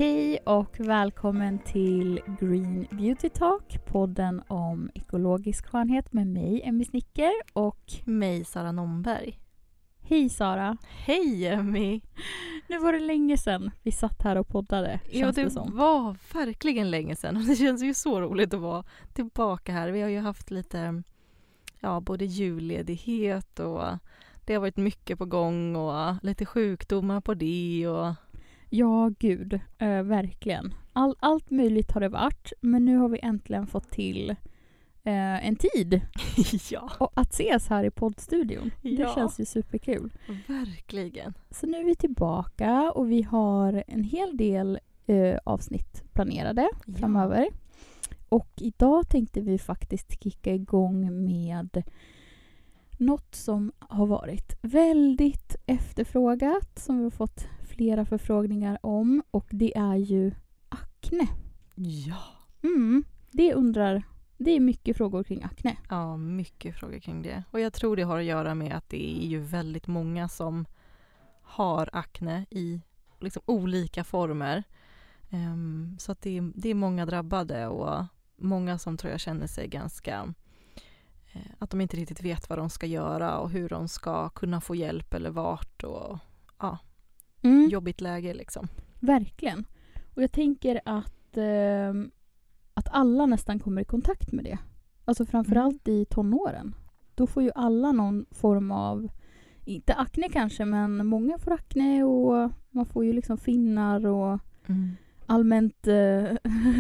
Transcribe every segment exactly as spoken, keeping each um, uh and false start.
Hej och välkommen till Green Beauty Talk, podden om ekologisk skönhet med mig, Emmy Snicker, och mig, Sara Nomberg. Hej Sara. Hej Emmy. Nu var det länge sedan vi satt här och poddade, känns ja, det, det som. var verkligen länge sedan och det känns ju så roligt att vara tillbaka här. Vi har ju haft lite, ja, både julledighet och det har varit mycket på gång och lite sjukdomar på det och... Ja, gud. Äh, verkligen. All, allt möjligt har det varit, men nu har vi äntligen fått till äh, en tid ja. och att ses här i poddstudion. Ja. Det känns ju superkul. Verkligen. Så nu är vi tillbaka och vi har en hel del äh, avsnitt planerade ja. framöver. Och idag tänkte vi faktiskt kicka igång med något som har varit väldigt efterfrågat, som vi har fått flera förfrågningar om, och det är ju akne. Ja. Mm, det undrar, det är mycket frågor kring akne. Ja, mycket frågor kring det. Och jag tror det har att göra med att det är ju väldigt många som har akne i liksom olika former. Um, så att det är, det är många drabbade och många som tror jag känner sig ganska... Eh, att de inte riktigt vet vad de ska göra och hur de ska kunna få hjälp eller vart och ja... Mm. Jobbigt läge liksom. Verkligen. Och jag tänker att, eh, att alla nästan kommer i kontakt med det. Alltså framförallt mm. i tonåren. Då får ju alla någon form av, inte akne kanske, men många får akne och man får ju liksom finnar och mm. allmänt eh,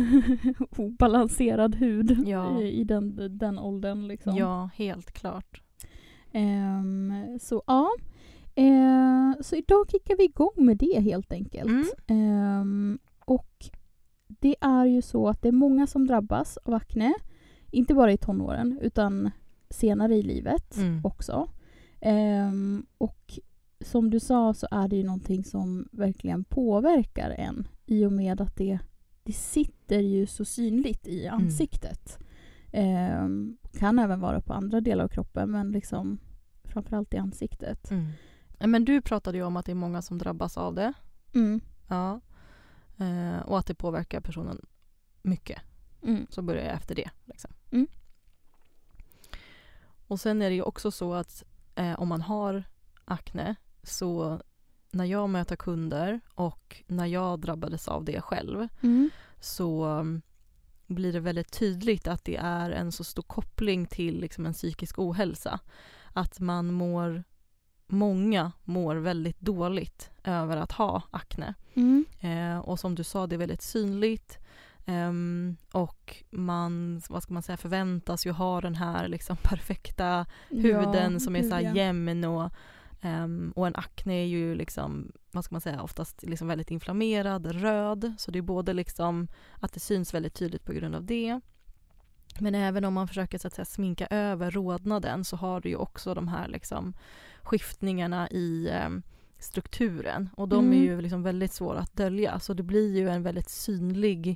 obalanserad hud ja. i, i den, den åldern. Liksom. Ja, helt klart. Um, så ja. Eh, så idag kickar vi igång med det helt enkelt. Mm. Eh, och det är ju så att det är många som drabbas av akne. Inte bara i tonåren utan senare i livet mm. också. Eh, och som du sa så är det ju någonting som verkligen påverkar en. I och med att det, det sitter ju så synligt i ansiktet. Mm. Eh, kan även vara på andra delar av kroppen, men liksom framförallt i ansiktet. Mm. Men du pratade ju om att det är många som drabbas av det. Mm. Ja. Eh, och att det påverkar personen mycket. Mm. Så börjar jag efter det. Liksom. Mm. Och sen är det ju också så att eh, om man har akne, så när jag möter kunder och när jag drabbades av det själv mm. så um, blir det väldigt tydligt att det är en så stor koppling till liksom, en psykisk ohälsa. Att man mår Många mår väldigt dåligt över att ha akne. Mm. Eh, och som du sa, det är väldigt synligt. Eh, och man, vad ska man säga, förväntas ju ha den här liksom perfekta huden ja, som är så här jämn. Och, eh, och en akne är ju liksom, vad ska man säga, oftast liksom väldigt inflammerad, röd. Så det är både liksom att det syns väldigt tydligt på grund av det. Men även om man försöker så att säga, sminka över rodnaden, så har du ju också de här liksom, skiftningarna i eh, strukturen. Och de mm. är ju liksom väldigt svåra att dölja. Så det blir ju en väldigt synlig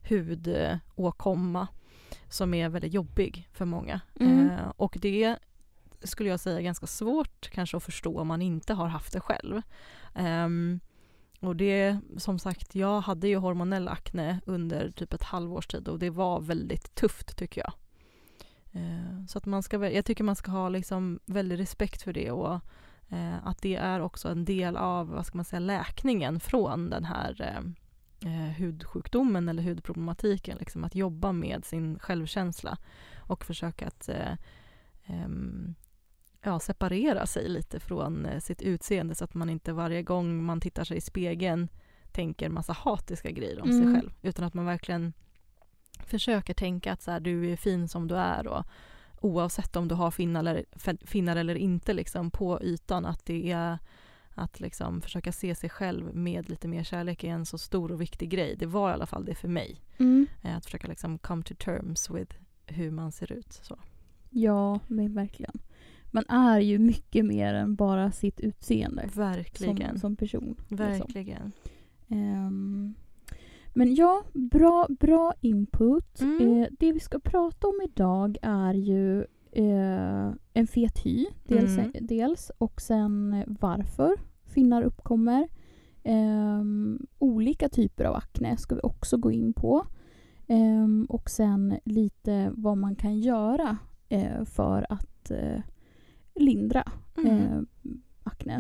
hudåkomma som är väldigt jobbig för många. Mm. Eh, och det skulle jag säga är ganska svårt kanske att förstå om man inte har haft det själv. Um, Och det, som sagt, jag hade ju hormonell akne under typ ett halvårs tid och det var väldigt tufft tycker jag. Eh, så att man ska, jag tycker man ska ha liksom väldigt respekt för det och eh, att det är också en del av, vad ska man säga, läkningen från den här eh, hudsjukdomen eller hudproblematiken. Liksom, att jobba med sin självkänsla och försöka att eh, eh, ja, separera sig lite från eh, sitt utseende så att man inte varje gång man tittar sig i spegeln tänker massa hatiska grejer om mm. sig själv. Utan att man verkligen försöker tänka att så här, du är fin som du är och oavsett om du har finnar eller, finnar eller inte liksom, på ytan, att det är att liksom försöka se sig själv med lite mer kärlek är en så stor och viktig grej. Det var i alla fall det för mig. Mm. Eh, att försöka liksom come to terms with hur man ser ut. Så. Ja, men verkligen. Man är ju mycket mer än bara sitt utseende. Verkligen. Som, som person. Verkligen. Liksom. Um, men ja, bra, bra input. Mm. Uh, det vi ska prata om idag är ju uh, en fet hy. Dels, mm. dels. Och sen varför finnar uppkommer. Um, olika typer av akne ska vi också gå in på. Um, och sen lite vad man kan göra uh, för att uh, lindra mm. uh, akne.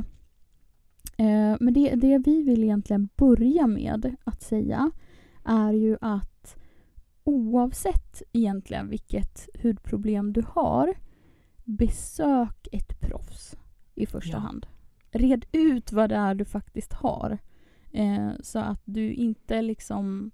Uh, men det, det vi vill egentligen börja med att säga är ju att oavsett egentligen vilket hudproblem du har, besök ett proffs i första ja. hand. Red ut vad det är du faktiskt har. Eh, så att du inte liksom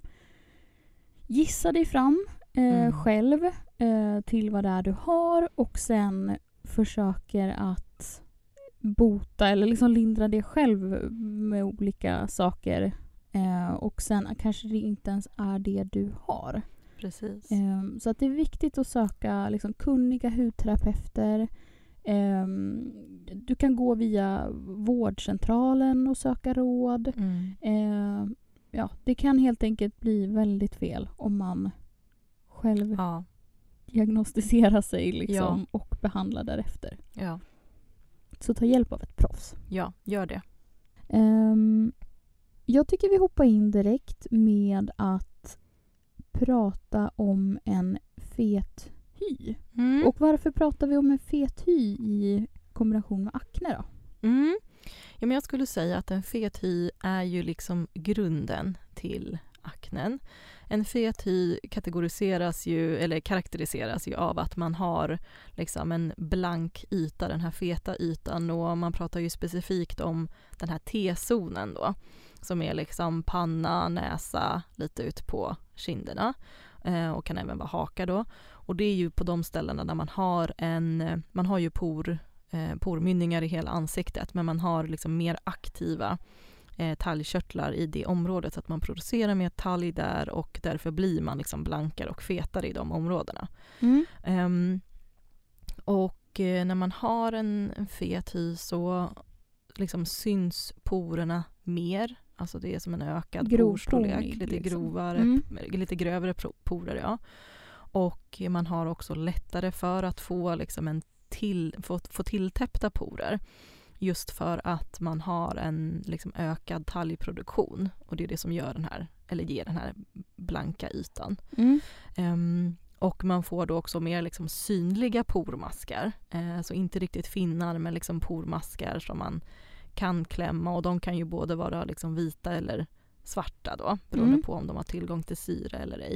gissar dig fram eh, mm. själv eh, till vad det är du har och sen försöker att bota eller liksom lindra det själv med olika saker. Eh, och sen kanske det inte ens är det du har. Precis. Eh, så att det är viktigt att söka liksom, kunniga hudterapeuter. Eh, du kan gå via vårdcentralen och söka råd. Mm. Eh, ja, det kan helt enkelt bli väldigt fel om man själv ja. diagnostiserar sig liksom, ja. och behandlar därefter. Ja. Så ta hjälp av ett proffs. Ja, gör det. Eh, jag tycker vi hoppar in direkt med att prata om en fet hy. Mm. Och varför pratar vi om en fet hy i kombination med akne då? Mm. Ja, men jag skulle säga att en fet hy är ju liksom grunden till aknen. En fet hy kategoriseras ju, eller karaktäriseras ju av att man har liksom en blank yta, den här feta ytan, och man pratar ju specifikt om den här T-zonen då, som är liksom panna, näsa, lite ut på kinderna eh, och kan även vara haka då. Och det är ju på de ställena där man har en, man har ju por, eh, pormynningar i hela ansiktet, men man har liksom mer aktiva eh, talgkörtlar i det området, så att man producerar mer talg där och därför blir man liksom blankare och fetare i de områdena. Mm. Um, och eh, när man har en, en fet hy så liksom syns porerna mer. Alltså det är som en ökad Grov porstorlek, porig, lite liksom. grovare, mm. lite grövre porer, ja. Och man har också lättare för att få liksom en till få, få tilltäppta porer, just för att man har en liksom ökad talgproduktion, och det är det som gör den här, eller ger den här blanka ytan. Mm. Um, och man får då också mer liksom synliga pormaskar, uh, så inte riktigt finnar, men liksom pormaskar som man kan klämma, och de kan ju både vara liksom vita eller svarta då, beroende mm. på om de har tillgång till syre eller ej.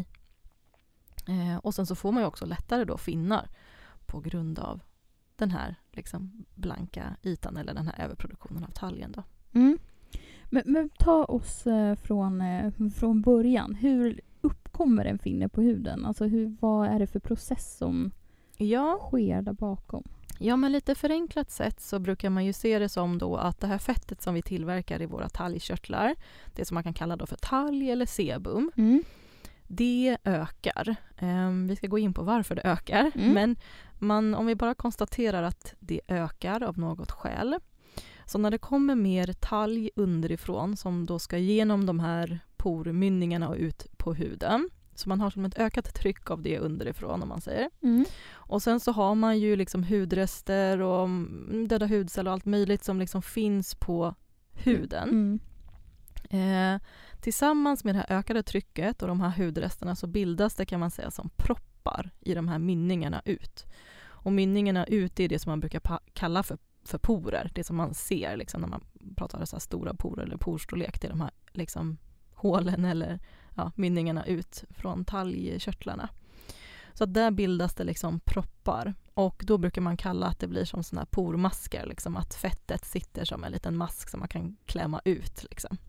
Eh, och sen så får man ju också lättare då finnar på grund av den här liksom blanka ytan, eller den här överproduktionen av talgen då. Mm. Men, men ta oss eh, från, eh, från början. Hur uppkommer en finne på huden? Alltså hur, vad är det för process som ja. sker där bakom? Ja, men lite förenklat sätt så brukar man ju se det som då att det här fettet som vi tillverkar i våra talgkörtlar, det som man kan kalla då för talg eller sebum, mm. det ökar. Um, vi ska gå in på varför det ökar, mm. men man, om vi bara konstaterar att det ökar av något skäl. Så när det kommer mer talg underifrån som då ska genom de här pormynningarna och ut på huden, så man har som ett ökat tryck av det underifrån, om man säger. Mm. Och sen så har man ju liksom hudrester och döda hudceller och allt möjligt som liksom finns på huden. Mm. Eh, tillsammans med det här ökade trycket och de här hudresterna så bildas det, kan man säga, som proppar i de här mynningarna ut. Och mynningarna ut är det som man brukar pa- kalla för, för porer. Det som man ser liksom, när man pratar så här stora porer eller porstorlek, till de här liksom hålen eller ja, mynningarna ut från talgkörtlarna. Så att där bildas det liksom proppar. Och då brukar man kalla att det blir som såna här pormaskar. Liksom, att fettet sitter som en liten mask som man kan klämma ut. Liksom.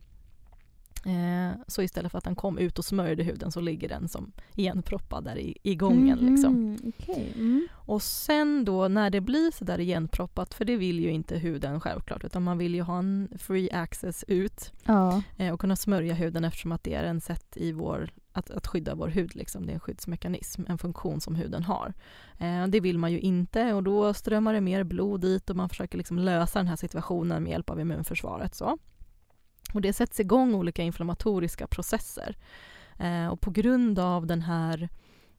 Eh, så istället för att den kom ut och smörjde huden så ligger den som igenproppad där i, i gången. Mm, liksom. okay. mm. Och sen då när det blir så där igenproppat, för det vill ju inte huden självklart, utan man vill ju ha en free access ut ja. eh, och kunna smörja huden, eftersom att det är en sätt i vår, att, att skydda vår hud. Liksom. Det är en skyddsmekanism, en funktion som huden har. Eh, det vill man ju inte, och då strömmar det mer blod dit och man försöker liksom lösa den här situationen med hjälp av immunförsvaret. Så. Och det sätts igång olika inflammatoriska processer. Eh, och på grund av den här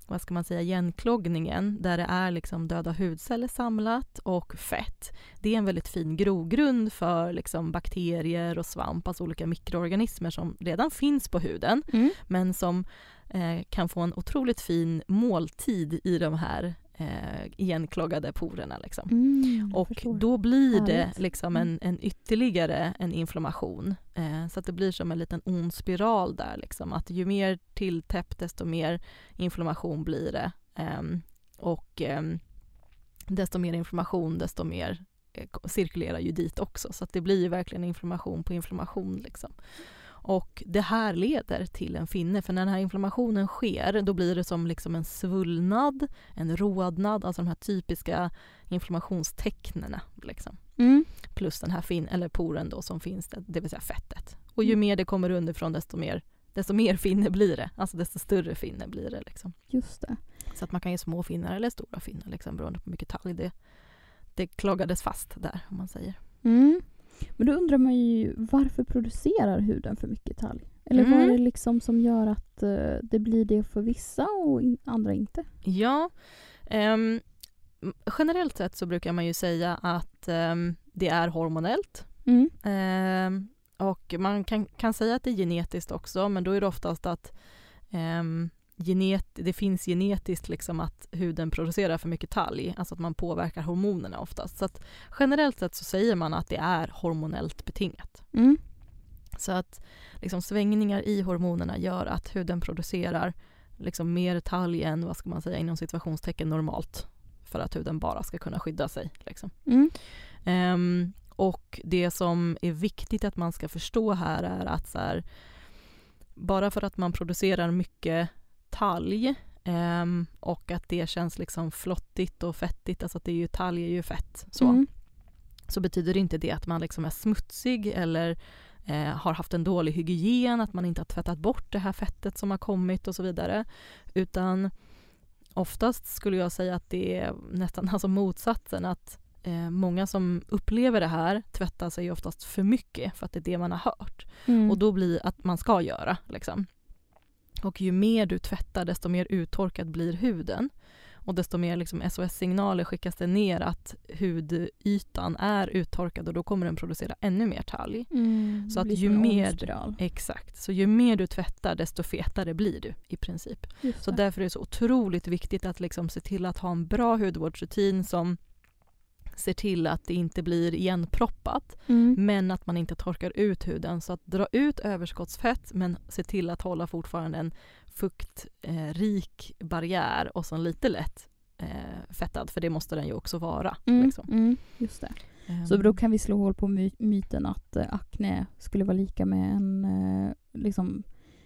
vad ska man säga, igenkloggningen där det är liksom döda hudceller samlat och fett. Det är en väldigt fin grogrund för liksom bakterier och svamp, alltså olika mikroorganismer som redan finns på huden Mm. men som eh, kan få en otroligt fin måltid i de här eh, igenkloggade porerna. Liksom. Mm, och förstår. då blir det Härligt. liksom en, en ytterligare en inflammation. Eh, så att det blir som en liten ond spiral där. Liksom. Att ju mer tilltäppt desto mer inflammation blir det. Eh, och eh, desto mer inflammation desto mer eh, cirkulerar ju dit också. Så att det blir ju verkligen inflammation på inflammation. Liksom. Och det här leder till en finne, för när den här inflammationen sker då blir det som liksom en svullnad, en rodnad, alltså de här typiska inflammationstecknena liksom. Mm. Plus den här fin eller poren då som finns, det, det vill säga fettet. Och ju Mm. mer det kommer underifrån desto mer, desto mer finne blir det, alltså desto större finne blir det liksom. Just det. Så att man kan ge små finnar eller stora finnar liksom, beroende på hur mycket talg det, det kloggades fast där om man säger. Mm. Men då undrar man ju, varför producerar huden för mycket talg? Eller Mm. vad är det liksom som gör att uh, det blir det för vissa och in- andra inte? Ja, ehm, generellt sett så brukar man ju säga att ehm, det är hormonellt. Mm. Ehm, och man kan, kan säga att det är genetiskt också, men då är det oftast att ehm, genet, det finns genetiskt liksom att huden producerar för mycket talg, alltså att man påverkar hormonerna oftast. Så att generellt sett så säger man att det är hormonellt betingat. Mm. Så att liksom svängningar i hormonerna gör att huden producerar liksom mer talg än, vad ska man säga, inom situationstecken normalt, för att huden bara ska kunna skydda sig. Liksom. Mm. Um, och det som är viktigt att man ska förstå här är att så här, bara för att man producerar mycket talg um, och att det känns liksom flottigt och fettigt, alltså att det är ju talg är ju fett, så, Mm. så betyder det inte det att man liksom är smutsig eller eh, har haft en dålig hygien, att man inte har tvättat bort det här fettet som har kommit och så vidare, utan oftast skulle jag säga att det är nästan alltså motsatsen, att eh, många som upplever det här tvättar sig oftast för mycket för att det är det man har hört. Mm. Och då blir att man ska göra. Liksom. Och ju mer du tvättar desto mer uttorkad blir huden. Och desto mer liksom S O S-signaler skickas det ner att hudytan är uttorkad och då kommer den producera ännu mer talg. Mm. Så att Det blir ju som en mer- ond spiral. Exakt. Så ju mer du tvättar desto fetare blir du i princip. Just Så det. därför är det så otroligt viktigt att liksom se till att ha en bra hudvårdsrutin som ser till att det inte blir igenproppat, Mm. men att man inte torkar ut huden. Så att dra ut överskottsfett, men se till att hålla fortfarande en fuktrik eh, barriär och så lite lätt eh, fettad, för det måste den ju också vara. Mm. Liksom. Mm. Just det. Ehm, Så då kan vi slå hål på my- myten att uh, akne skulle vara lika med en uh, liksom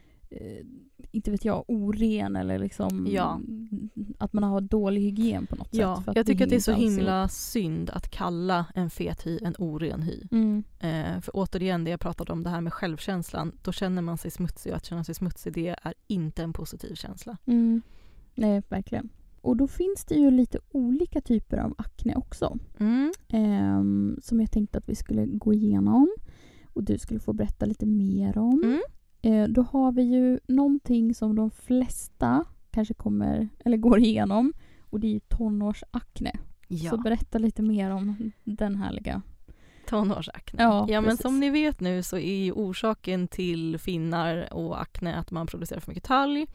uh, inte vet jag, oren eller liksom Ja. att man har dålig hygien på något Ja, sätt. För jag tycker att det är hänger så inte alls himla ihop. synd att kalla en fet hy en oren hy. Mm. Eh, för återigen, det jag pratade om, det här med självkänslan, då känner man sig smutsig, och att känna sig smutsig, det är inte en positiv känsla. Mm. Nej, verkligen. Och då finns det ju lite olika typer av akne också. Mm. ehm, som jag tänkte att vi skulle gå igenom. Och du skulle få berätta lite mer om. Mm. Eh, då har vi ju någonting som de flesta kanske kommer, eller går igenom. Och det är ju tonårsakne. Så Ja, berätta lite mer om den härliga. tonårsakne. Ja, Ja, men precis. som ni vet nu så är ju orsaken till finnar och akne att man producerar för mycket talg.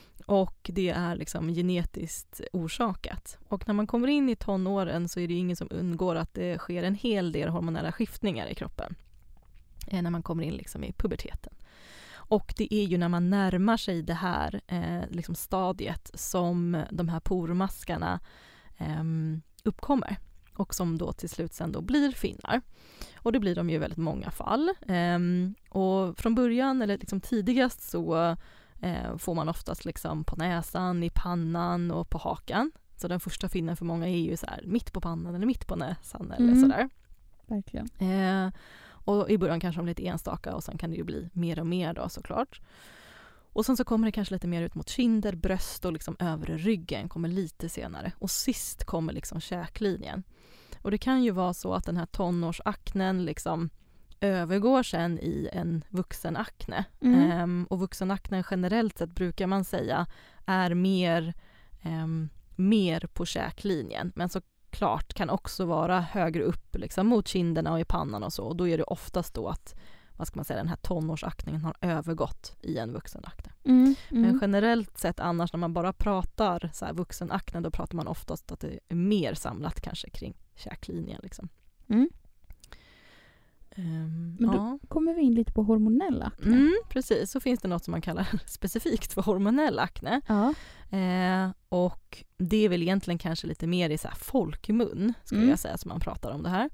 Och det är liksom genetiskt orsakat. Och när man kommer in i tonåren så är det ingen som undgår att det sker en hel del hormonella skiftningar i kroppen. Eh, när man kommer in liksom i puberteten. Och det är ju när man närmar sig det här eh, liksom stadiet som de här pormaskarna eh, uppkommer. Och som då till slut sen då blir finnar. Och det blir de ju i väldigt många fall. Eh, och från början, eller liksom tidigast, så eh, får man oftast liksom på näsan, i pannan och på hakan. Så den första finnen för många är ju så här mitt på pannan eller mitt på näsan eller Mm. sådär. Verkligen. Eh, och i början kanske de lite enstaka, och sen kan det ju bli mer och mer då såklart. Och sen så kommer det kanske lite mer ut mot kinder, bröst och liksom övre ryggen kommer lite senare. Och sist kommer liksom käklinjen. Och det kan ju vara så att den här tonårsaknen liksom övergår sen i en vuxenakne. Mm. Ehm, och vuxenaknen generellt sett brukar man säga är mer eh, mer på käklinjen. Men såklart kan också vara högre upp liksom, mot kinderna och i pannan och så. Och då är det oftast då att vad ska man säga, den här tonårsakningen har övergått i en vuxenakne. Mm, mm. Men generellt sett annars när man bara pratar så här, vuxenakne, då pratar man oftast att det är mer samlat kanske kring käklinjen. Liksom. Mm. Um, Men då ja. kommer vi in lite på hormonell akne. Mm, precis, så finns det något som man kallar specifikt för hormonell akne. Ja. Eh, och det är väl egentligen kanske lite mer i så här folkmun, skulle Mm. jag säga, som man pratar om det här.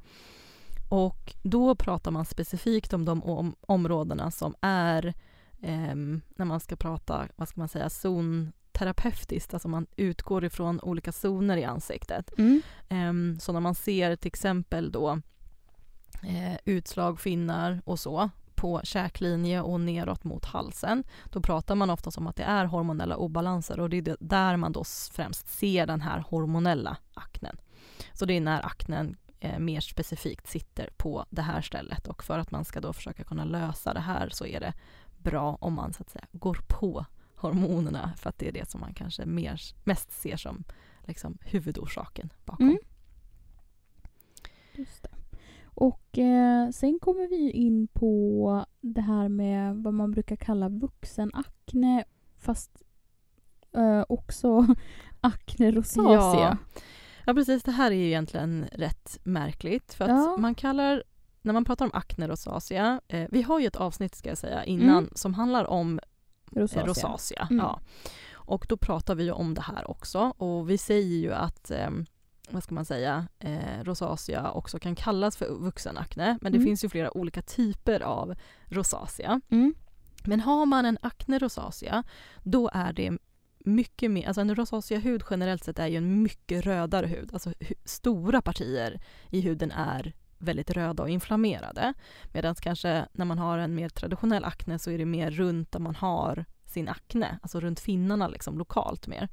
Och då pratar man specifikt om de om, områdena som är, eh, när man ska prata, vad ska man säga, zonterapeutiskt, alltså man utgår ifrån olika zoner i ansiktet. Mm. Eh, så när man ser till exempel då eh, utslag, finnar och så på käklinje och neråt mot halsen, då pratar man ofta om att det är hormonella obalanser, och det är det där man då främst ser den här hormonella aknen. Så det är när aknen eh, mer specifikt sitter på det här stället, och för att man ska då försöka kunna lösa det här så är det bra om man så att säga går på hormonerna, för att det är det som man kanske mer, mest ser som liksom huvudorsaken bakom. Mm. Just det. Och eh, sen kommer vi in på det här med vad man brukar kalla vuxenakne, fast eh, också akne rosacea. Ja. ja, precis. Det här är ju egentligen rätt märkligt. För att Ja. man kallar, när man pratar om akne rosacea, eh, vi har ju ett avsnitt ska jag säga innan Mm. som handlar om Rosacea. eh, rosacea. Mm. Ja. Och då pratar vi ju om det här också. Och vi säger ju att eh, vad ska man säga, eh, rosacea också kan kallas för vuxenakne. Men det Mm. finns ju flera olika typer av rosacea. Mm. Men har man en akne rosacea, då är det mycket mer, alltså en rosacea-hud generellt sett är ju en mycket rödare hud. Alltså hu- stora partier i huden är väldigt röda och inflammerade. Medan kanske när man har en mer traditionell akne så är det mer runt där man har sin akne, alltså runt finnarna liksom lokalt mer.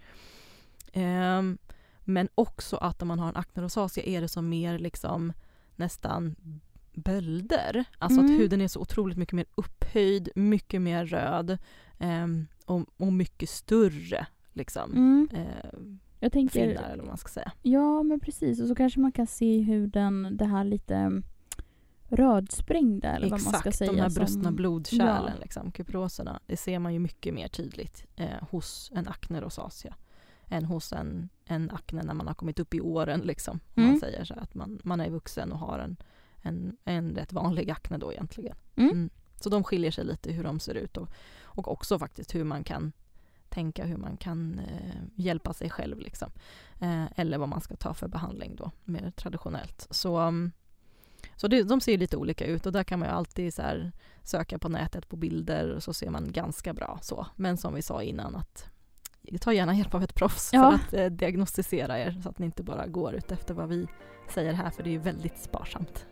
Ehm, men också att om man har en akne rosacea är det som mer liksom nästan bölder. Alltså Mm. att huden är så otroligt mycket mer upphöjd, mycket mer röd ehm, och, och mycket större liksom. Mm. Eh, Jag tänker, finnar eller vad man ska säga. ja men precis, och så kanske man kan se i huden det här lite rödsprängda eller vad man ska Exakt, säga. de här som- brustna blodkärlen, Ja. liksom, kuproserna. Det ser man ju mycket mer tydligt eh, hos en akne rosacea än hos en, en akne när man har kommit upp i åren. Liksom, om Mm. man säger så här, att man, man är vuxen och har en, en, en rätt vanlig akne då egentligen. Mm. Mm. Så de skiljer sig lite hur de ser ut och, och också faktiskt hur man kan tänka, hur man kan eh, hjälpa sig själv liksom. Eh, eller vad man ska ta för behandling då, mer traditionellt. Så, um, så det, de ser lite olika ut och där kan man ju alltid så här, söka på nätet på bilder och så ser man ganska bra så. Men som vi sa innan, att ta gärna hjälp av ett proffs Ja. för att eh, diagnostisera er så att ni inte bara går ut efter vad vi säger här, för det är ju väldigt sparsamt.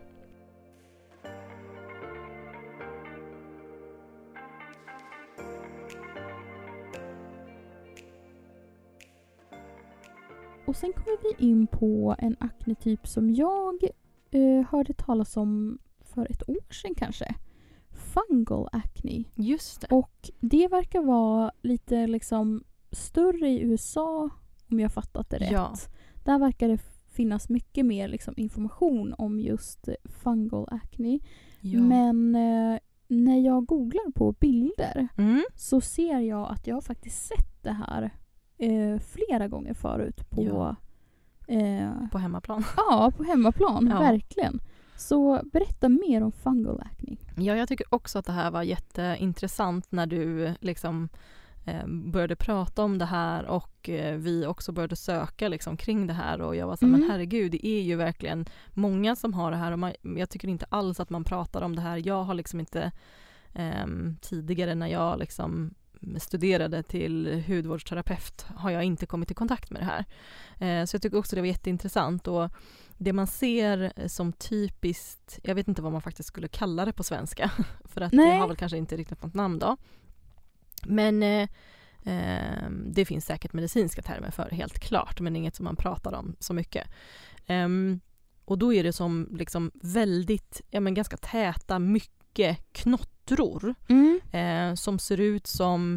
Och sen kommer vi in på en aknetyp som jag eh, hörde talas om för ett år sedan kanske. Fungal acne. Just det. Och det verkar vara lite liksom större i U S A, om jag fattat det rätt. Ja. Där verkar det finnas mycket mer liksom information om just eh, fungal acne. Ja. Men eh, när jag googlar på bilder Mm. så ser jag att jag har faktiskt sett det här eh, flera gånger förut på, Ja. eh, På hemmaplan. ja, på hemmaplan. Ja. Verkligen. Så berätta mer om fungal acne. Ja, jag tycker också att det här var jätteintressant när du liksom eh, började prata om det här och eh, vi också började söka liksom kring det här och jag var så här, Mm. men herregud, det är ju verkligen många som har det här och man, jag tycker inte alls att man pratar om det här. Jag har liksom inte eh, tidigare när jag liksom studerade till hudvårdsterapeut har jag inte kommit i kontakt med det här. Eh, så jag tycker också det var jätteintressant och det man ser som typiskt, jag vet inte vad man faktiskt skulle kalla det på svenska för att Nej. det har väl kanske inte riktigt något namn då. Men eh, eh, det finns säkert medicinska termer för helt klart, men inget som man pratar om så mycket. Um, och då är det som liksom väldigt, ja men ganska täta, mycket knottror Mm. eh, som ser ut som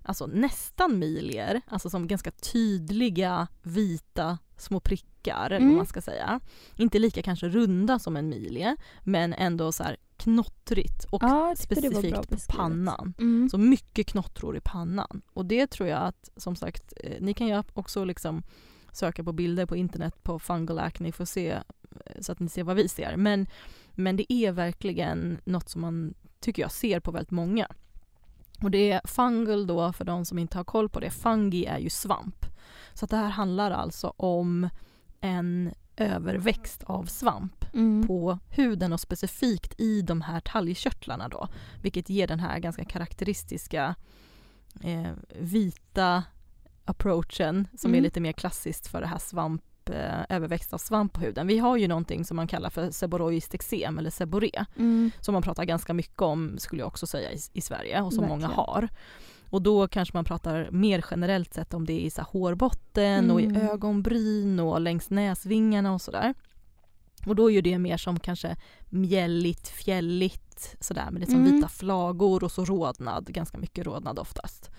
alltså nästan milier, alltså som ganska tydliga vita små prickar, eller Mm. vad man ska säga. Inte lika kanske runda som en milie, men ändå så här knottrigt och Ja, jag tyckte det var bra specifikt på beskrivet. pannan. Mm. Så mycket knottror i pannan. Och det tror jag att, som sagt, eh, ni kan ju också liksom söka på bilder på internet på fungal acne för att se, eh, så att ni ser vad vi ser. Men, men det är verkligen något som man, tycker jag, ser på väldigt många. Och det är fungal då, för de som inte har koll på det. Fungi är ju svamp. Så att det här handlar alltså om en överväxt av svamp Mm. på huden och specifikt i de här talgkörtlarna då. Vilket ger den här ganska karaktäristiska eh, vita approachen som Mm. är lite mer klassiskt för det här svamp, eh, överväxt av svamp på huden. Vi har ju någonting som man kallar för seborrhoiskt eksem eller seborré Mm. som man pratar ganska mycket om, skulle jag också säga, i, i Sverige och som Verkligen. många har. Och då kanske man pratar mer generellt sett om det är i så här hårbotten Mm. och i ögonbryn och längs näsvingarna och sådär. Och då är ju det mer som kanske mjälligt, fjälligt sådär, med liksom Mm. vita flagor och så rodnad, ganska mycket rodnad oftast.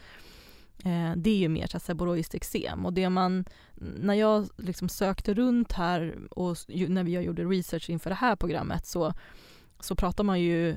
Eh, det är ju mer så här seborrhoiskt eksem. Och det man, när jag liksom sökte runt här och ju, när vi gjorde research inför det här programmet så, så pratar man ju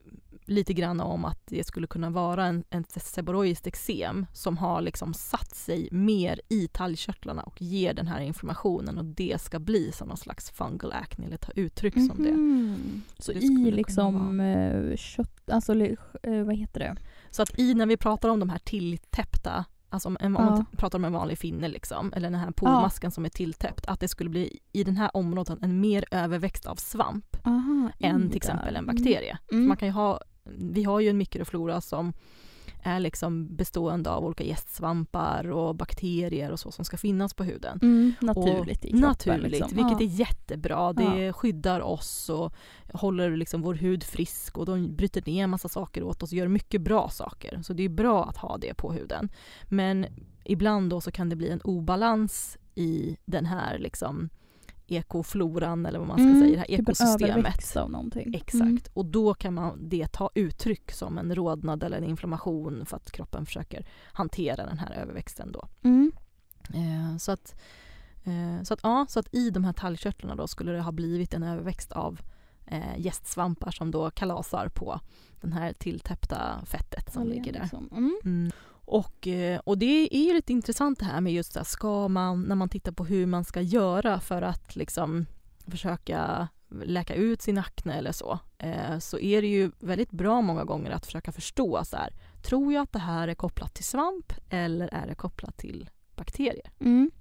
lite grann om att det skulle kunna vara en, en seborrhoiskt eksem som har liksom satt sig mer i talgkörtlarna och ger den här informationen, och det ska bli som någon slags fungal acne eller ta uttryck som det. Mhm. Så det skulle i kunna liksom eh, kött, alltså li- eh, vad heter det? Så att i, när vi pratar om de här tilltäppta, alltså om, om man Ja. t- pratar om en vanlig finne liksom, eller den här pormasken som är tilltäppt, att det skulle bli i den här området en mer överväxt av svamp Aha, än i till exempel där. en bakterie. Mm. Man kan ju ha, vi har ju en mikroflora som är liksom bestående av olika gästsvampar och bakterier och så som ska finnas på huden. Mm, naturligt och i kroppen. Naturligt, liksom. vilket Ja. är jättebra. Det Ja. skyddar oss och håller liksom vår hud frisk, och de bryter ner en massa saker åt oss och gör mycket bra saker. Så det är bra att ha det på huden. Men ibland då så kan det bli en obalans i den här liksom ekofloran, eller vad man ska Mm, säga, det här typ en ekosystemet. överväxt av någonting. Exakt. Mm. Och då kan man det ta uttryck som en rodnad eller en inflammation för att kroppen försöker hantera den här överväxten då. Mm. Eh, så, att, eh, så, att, ja, så att i de här talgkörtlarna då skulle det ha blivit en överväxt av eh, gästsvampar som då kalasar på den här tilltäppta fettet som Olja, ligger där. liksom. Mm. Mm. Och, eh, och det är ju lite intressant det här med just så här, ska man, när man tittar på hur man ska göra för att liksom försöka läka ut sin akne eller så, eh, så är det ju väldigt bra många gånger att försöka förstå så här, tror jag att det här är kopplat till svamp eller är det kopplat till bakterier? Mm.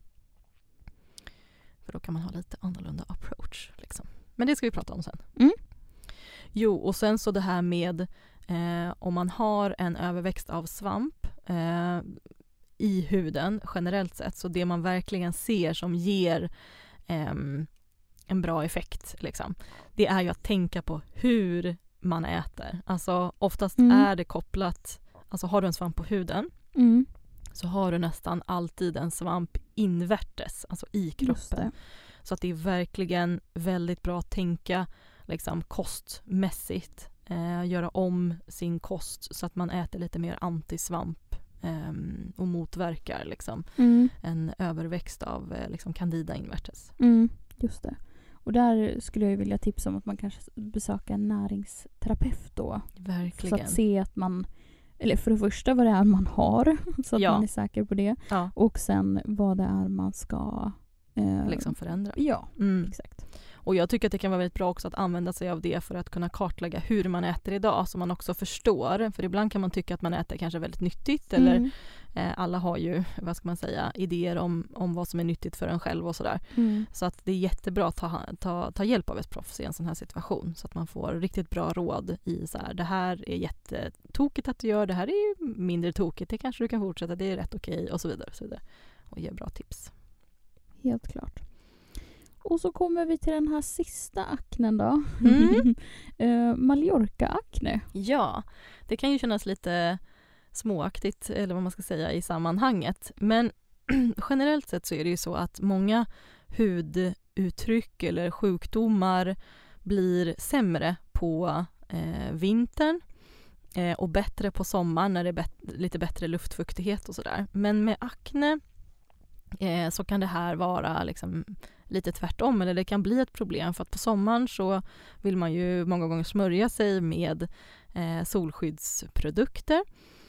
För då kan man ha lite annorlunda approach. Liksom. Men det ska vi prata om sen. Mm. Jo, och sen så det här med eh, om man har en överväxt av svamp eh, i huden generellt sett, så det man verkligen ser som ger eh, en bra effekt, liksom, det är ju att tänka på hur man äter. Alltså oftast Mm. är det kopplat, alltså har du en svamp på huden Mm. så har du nästan alltid en svamp invärtes, alltså i Just kroppen. det. Så att det är verkligen väldigt bra att tänka liksom, kostmässigt. Eh, göra om sin kost så att man äter lite mer antisvamp eh, och motverkar liksom, Mm. en överväxt av eh, liksom, candida invärtes. Mm. Just det. Och där skulle jag vilja tipsa om att man kanske besöker en näringsterapeut då. Verkligen. Så att se att man, eller för det första vad det är man har, så att Ja. man är säker på det. Ja, Och sen vad det är man ska... Eh, liksom förändra. Ja, Mm. exakt. Och jag tycker att det kan vara väldigt bra också att använda sig av det för att kunna kartlägga hur man äter idag, så man också förstår. För ibland kan man tycka att man äter kanske väldigt nyttigt, eller Mm. eh, alla har ju, vad ska man säga, idéer om, om vad som är nyttigt för en själv och sådär. Mm. Så att det är jättebra att ta, ta, ta hjälp av ett proffs i en sån här situation, så att man får riktigt bra råd i så här, det här är jättetokigt att du gör, det här är ju mindre tokigt, det kanske du kan fortsätta, det är rätt okej och så vidare. Och, så vidare. Och ge bra tips. Helt klart. Och så kommer vi till den här sista aknen då. Mm. eh, Mallorca-akne. Ja, det kan ju kännas lite småaktigt, eller vad man ska säga, i sammanhanget. Men generellt sett så är det ju så att många huduttryck eller sjukdomar blir sämre på eh, vintern. eh, och bättre på sommaren när det är bet- lite bättre luftfuktighet och sådär. Men med akne eh, så kan det här vara liksom lite tvärtom, eller det kan bli ett problem för att på sommaren så vill man ju många gånger smörja sig med eh, solskyddsprodukter,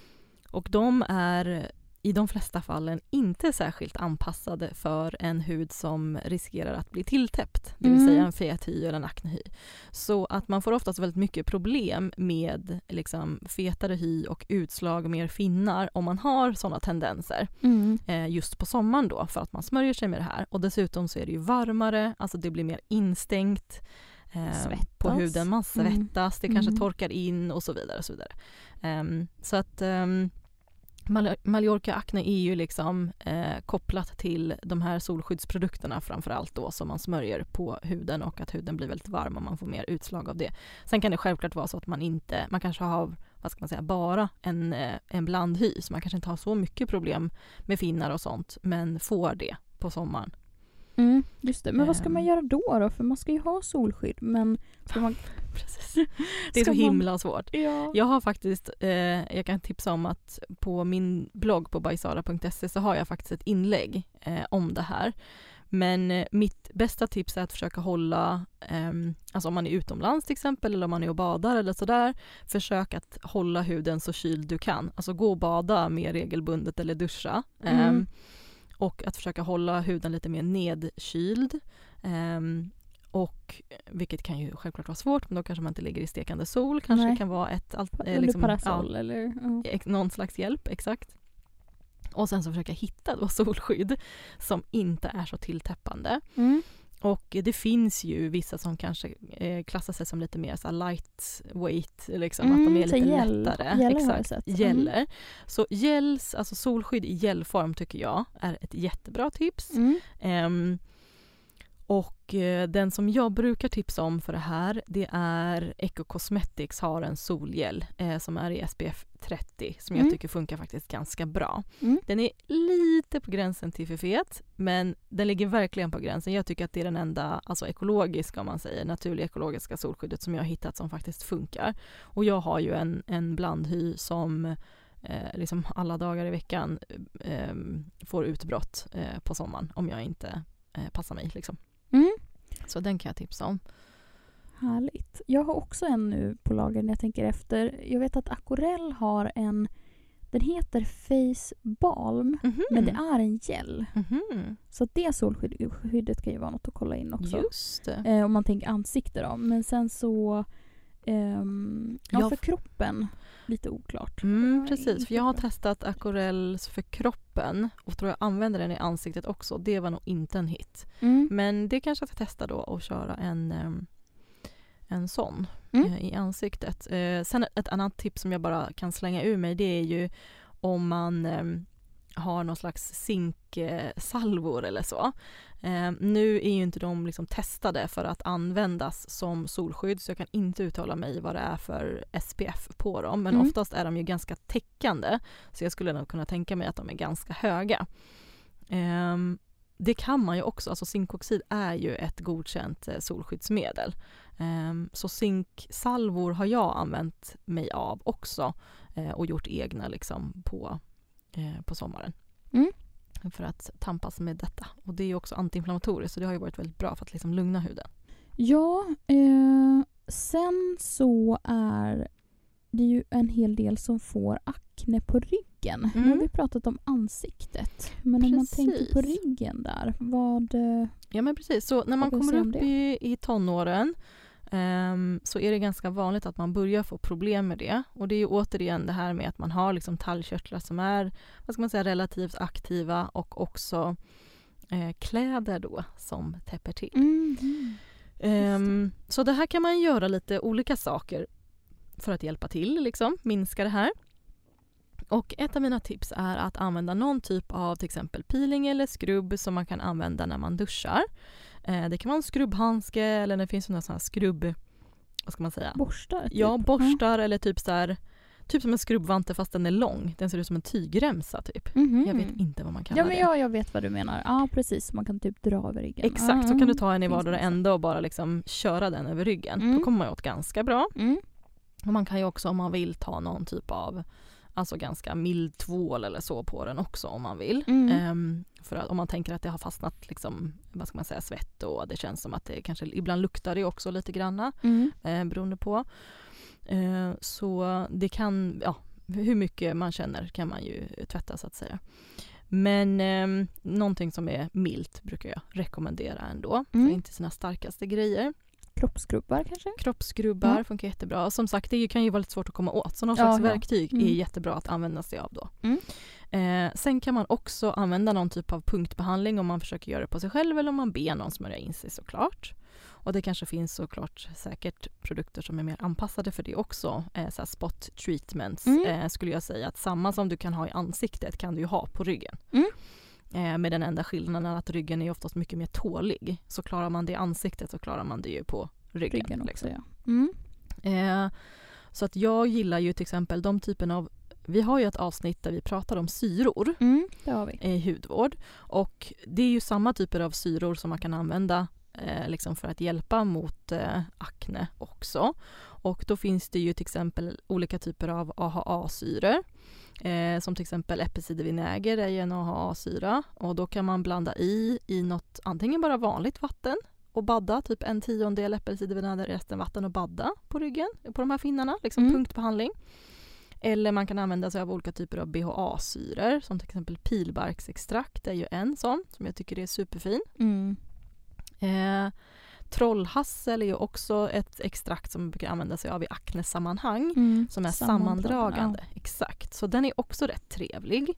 och de är i de flesta fallen inte särskilt anpassade för en hud som riskerar att bli tilltäppt, det vill Mm. säga en fet hy eller en aknehy. Så att man får oftast väldigt mycket problem med liksom fetare hy och utslag och mer finnar om man har sådana tendenser Mm. eh, just på sommaren då, för att man smörjer sig med det här. Och dessutom så är det ju varmare, alltså det blir mer instängt eh, på huden, man svettas, Mm. det kanske Mm. torkar in och så vidare. Och så vidare. Um, så att um, Mallorca Acne är ju liksom eh, kopplat till de här solskyddsprodukterna framförallt då, som man smörjer på huden, och att huden blir väldigt varm och man får mer utslag av det. Sen kan det självklart vara så att man inte, man kanske har, vad ska man säga, bara en, eh, en blandhy, så man kanske inte har så mycket problem med finnar och sånt, men får det på sommaren. Mm, just det. Men vad ska Um. man göra då då? För man ska ju ha solskydd, men ska man... Precis. Det är Ska så man- himla svårt. Ja. Jag har faktiskt, eh, jag kan tipsa om att på min blogg på bysara punkt se så har jag faktiskt ett inlägg eh, om det här. Men eh, mitt bästa tips är att försöka hålla, eh, alltså om man är utomlands till exempel, eller om man är och badar eller sådär, försök att hålla huden så kyld du kan. Alltså gå och bada mer regelbundet eller duscha. Eh, Mm. Och att försöka hålla huden lite mer nedkyld. Eh, Och, vilket kan ju självklart vara svårt, men då kanske man inte ligger i stekande sol. Kanske Nej. kan vara ett... Allt, Under liksom, parasoll eller... Ja. ja, någon slags hjälp, exakt. Och sen så försöka hitta då solskydd som inte är så tilltäppande. Mm. Och det finns ju vissa som kanske eh, klassar sig som lite mer så här lightweight, liksom, Mm, att de är så lite gel- lättare. gel har jag Exakt, sett. Mm. gäller. Så gels, alltså solskydd i gelform tycker jag är ett jättebra tips. Mm. Ehm, och eh, den som jag brukar tipsa om för det här, det är Eco Cosmetics har en solgel eh, som är i S P F trettio, som Mm. jag tycker funkar faktiskt ganska bra. Mm. Den är lite på gränsen till för fet, men den ligger verkligen på gränsen. Jag tycker att det är den enda, alltså ekologiska, om man säger, naturliga ekologiska solskyddet som jag har hittat som faktiskt funkar. Och jag har ju en, en blandhy som eh, liksom alla dagar i veckan eh, får utbrott eh, på sommaren om jag inte eh, passar mig liksom. Mm. Så den kan jag tipsa om. Härligt. Jag har också en nu på lager när jag tänker efter. Jag vet att Akorell har en, den heter Face Balm, Mhm. men det är en gel. Mhm. Så att det solskyddet kan ju vara något att kolla in också. Just det. Eh, om man tänker ansikte då. Men sen så, ehm, ja, Jag- för kroppen, lite oklart. Mm, Jag är precis, inte för jag har bra. testat Akorells för kroppen och tror jag använder den i ansiktet också. Det var nog inte en hit. Mm. Men det kanske jag ska testa då och köra en, em, en sån Mm. eh, i ansiktet. Eh, sen ett annat tips som jag bara kan slänga ur mig, det är ju om man em, har någon slags zinksalvor eller så. Eh, nu är ju inte de liksom testade för att användas som solskydd, så jag kan inte uttala mig vad det är för S P F på dem, men Mm. oftast är de ju ganska täckande, så jag skulle nog kunna tänka mig att de är ganska höga. Ehm, det kan man ju också, alltså zinkoxid är ju ett godkänt eh, solskyddsmedel. Ehm, så zinksalvor har jag använt mig av också eh, och gjort egna liksom på, eh, på sommaren. Mm. För att tampas med detta. Och det är ju också antiinflammatoriskt, så det har ju varit väldigt bra för att liksom lugna huden. Ja, eh, sen så är det ju en hel del som får akne på ryggen. Mm. Nu har vi pratat om ansiktet. Men om man Precis. tänker på ryggen där, vad... eh, Ja men precis, så när man Vad kommer säger om upp det? i, i tonåren ehm, så är det ganska vanligt att man börjar få problem med det. Och det är ju återigen det här med att man har liksom talgkörtlar som är, vad ska man säga, relativt aktiva, och också eh, kläder då som täpper till. Mm. Mm. Ehm, så det här kan man göra lite olika saker för att hjälpa till, liksom, minska det här. Och ett av mina tips är att använda någon typ av till exempel peeling eller skrubb som man kan använda när man duschar. Eh, det kan vara en skrubbhandske, eller det finns några sådana här skrubb, vad ska man säga? Borstar? Typ. Ja, borstar eller typ så här, typ som en skrubbvante fast den är lång. Den ser ut som en tygremsa typ. Mhm. Jag vet inte vad man kallar Ja, men det. jag, jag vet vad du menar. Ja, precis. Man kan typ dra över ryggen. Exakt, så Ah, kan du ta en i finns vardera det. ände och bara liksom köra den över ryggen. Mm. Då kommer man åt ganska bra. Mm. Och man kan ju också om man vill ta någon typ av alltså ganska mild tvål eller så på den också om man vill. Mm. Um, för att om man tänker att det har fastnat liksom, vad ska man säga, svett och det känns som att det kanske ibland luktar det också lite granna Mm. eh, beroende på. Uh, så det kan, ja, hur mycket man känner kan man ju tvätta så att säga. Men um, någonting som är milt brukar jag rekommendera ändå. Mm. För inte sina starkaste grejer. Kroppskrubbar kanske? Kroppsgrubbar Mm. funkar jättebra. Som sagt, det kan ju vara lite svårt att komma åt. Så någon Ja, slags ja. verktyg Mm. är jättebra att använda sig av då. Mm. Eh, sen kan man också använda någon typ av punktbehandling om man försöker göra det på sig själv eller om man ber någon smörja in sig såklart. Och det kanske finns såklart säkert produkter som är mer anpassade för det också. Eh, så här spot treatments Mm. eh, skulle jag säga att samma som du kan ha i ansiktet kan du ju ha på ryggen. Mm. Eh, med den enda skillnaden att ryggen är oftast mycket mer tålig. Så klarar man det i ansiktet så klarar man det ju på ryggen. Ryggen också, liksom. ja. Mm. Eh, så att jag gillar ju till exempel de typen av, vi har ju ett avsnitt där vi pratar om syror Mm, det har vi. i hudvård och det är ju samma typer av syror som man kan använda eh, liksom för att hjälpa mot eh, akne också. Och då finns det ju till exempel olika typer av A H A-syror. Eh, som till exempel äppelcidervinäger är ju en A H A-syra och då kan man blanda i i något antingen bara vanligt vatten och badda, typ en tiondel äppelcidervinäger, resten vatten och badda på ryggen, på de här finnarna, liksom Mm. punktbehandling. Eller man kan använda sig av olika typer av B H A-syror som till exempel pilbarksextrakt är ju en sån som jag tycker är superfin. Mm. Eh, trollhassel är ju också ett extrakt som man brukar använda sig av i aknesammanhang Mm. som är Sammandragande, sammandragande. Exakt, så den är också rätt trevlig.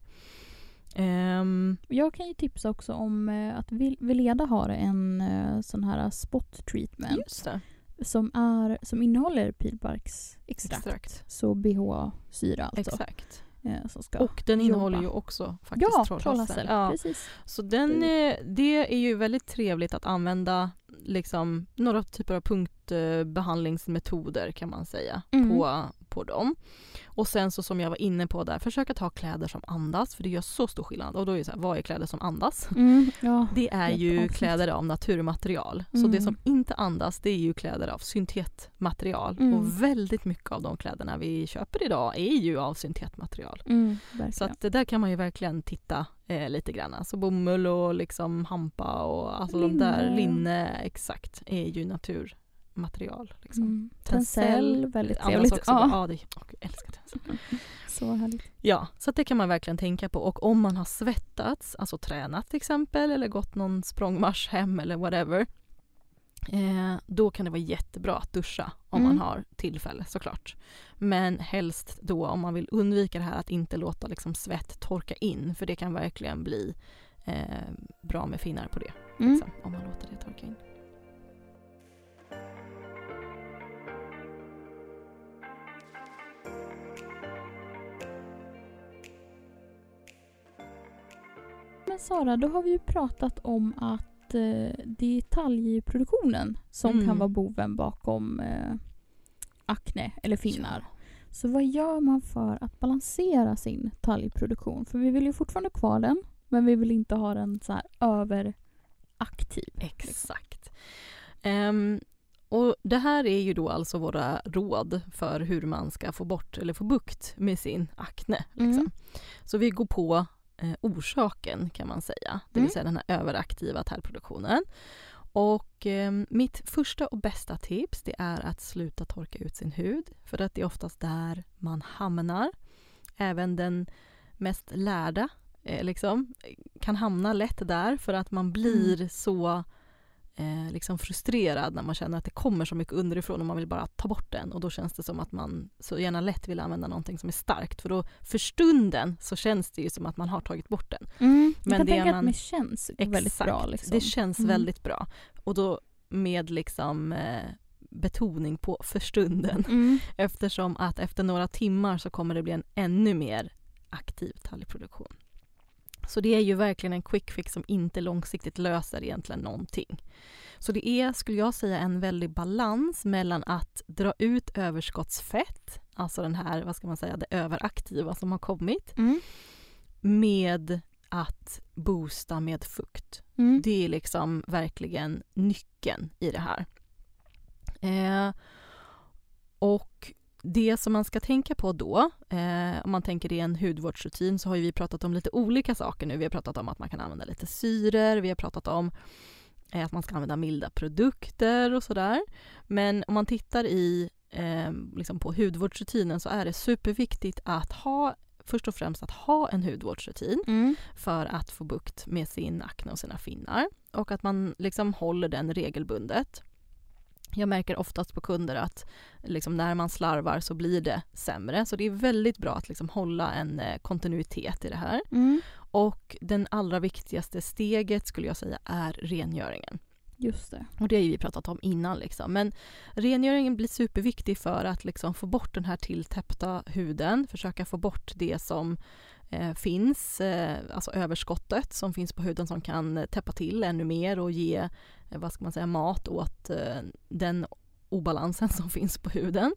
Um, Jag kan ju tipsa också om eh, att Vil- Veleda har en eh, sån här spot treatment just det, som, är, som innehåller pilbarksextrakt. extrakt. Så B H A-syra alltså. Exakt. Eh, som ska Och den innehåller jobba. ju också faktiskt Ja, trollhassel. trollhassel. Ja. Precis. Så den, eh, det är ju väldigt trevligt att använda liksom, några typer av punktbehandlingsmetoder kan man säga Mm. på, på dem. Och sen så som jag var inne på där, försöka ta kläder som andas för det gör så stor skillnad. Och då är det så här, vad är kläder som andas? Mm, ja. Det är ju Jätteavsnitt. kläder av naturmaterial. Så Mm. det som inte andas det är ju kläder av syntetmaterial. Mm. Och väldigt mycket av de kläderna vi köper idag är ju av syntetmaterial. Mm, verkligen. Så att det där kan man ju verkligen titta eh, lite grann. Alltså bomull och liksom hampa och alltså de där Linne. linne exakt är ju naturmaterial. Liksom. Mm. Tencel, väldigt andas trevligt. också. Ja. Ja, det, åh, jag älskar tencel. Så härligt. Ja, så att det kan man verkligen tänka på. Och om man har svettats, alltså tränat till exempel eller gått någon språngmarsch hem eller whatever. Eh, då kan det vara jättebra att duscha om Mm. man har tillfälle såklart. Men helst då om man vill undvika det här att inte låta liksom svett torka in. För det kan verkligen bli eh, bra med finnar på det. Mm. Liksom, om man låter det torka in. Men Sara, då har vi ju pratat om att eh, det är talgproduktionen som Mm. kan vara boven bakom eh, akne eller finnar. Ja. Så vad gör man för att balansera sin talgproduktion? För vi vill ju fortfarande ha kvar den, men vi vill inte ha den så här överaktiv. Exakt. Ehm, och det här är ju då alltså våra råd för hur man ska få bort eller få bukt med sin akne. Liksom. Mm. Så vi går på eh, orsaken kan man säga, det vill Mm. säga den här överaktiva talgproduktionen. Och eh, mitt första och bästa tips det är att sluta torka ut sin hud för att det är oftast där man hamnar. Även den mest lärda eh, liksom, kan hamna lätt där för att man blir Mm. så eh, liksom frustrerad när man känner att det kommer så mycket underifrån och man vill bara ta bort den och då känns det som att man så gärna lätt vill använda någonting som är starkt för då för stunden så känns det ju som att man har tagit bort den. Mm. Jag Men kan det tänka man- att det känns väldigt bra. Liksom. Det känns Mm. väldigt bra och då med liksom eh, betoning på för stunden Mm. eftersom att efter några timmar så kommer det bli en ännu mer aktiv talgproduktion. Så det är ju verkligen en quick fix som inte långsiktigt löser egentligen någonting. Så det är, skulle jag säga, en väldig balans mellan att dra ut överskottsfett, alltså den här, vad ska man säga, det överaktiva som har kommit, Mm. med att boosta med fukt. Mm. Det är liksom verkligen nyckeln i det här. Eh, och det som man ska tänka på då, eh, om man tänker i en hudvårdsrutin, så har ju vi pratat om lite olika saker nu. Vi har pratat om att man kan använda lite syror, vi har pratat om eh, att man ska använda milda produkter och sådär. Men om man tittar i, eh, liksom på hudvårdsrutinen, så är det superviktigt att ha, först och främst att ha en hudvårdsrutin Mm. för att få bukt med sin akne och sina finnar. Och att man liksom håller den regelbundet. Jag märker oftast på kunder att liksom när man slarvar så blir det sämre. Så det är väldigt bra att liksom hålla en eh, kontinuitet i det här. Mm. Och den allra viktigaste steget skulle jag säga är rengöringen. Just det. Och det har ju vi pratat om innan. Liksom. Men rengöringen blir superviktig för att liksom få bort den här tilltäppta huden. Försöka få bort det som eh, finns, eh, alltså överskottet som finns på huden som kan täppa till ännu mer och ge eh, vad ska man säga, mat åt eh, den obalansen som finns på huden.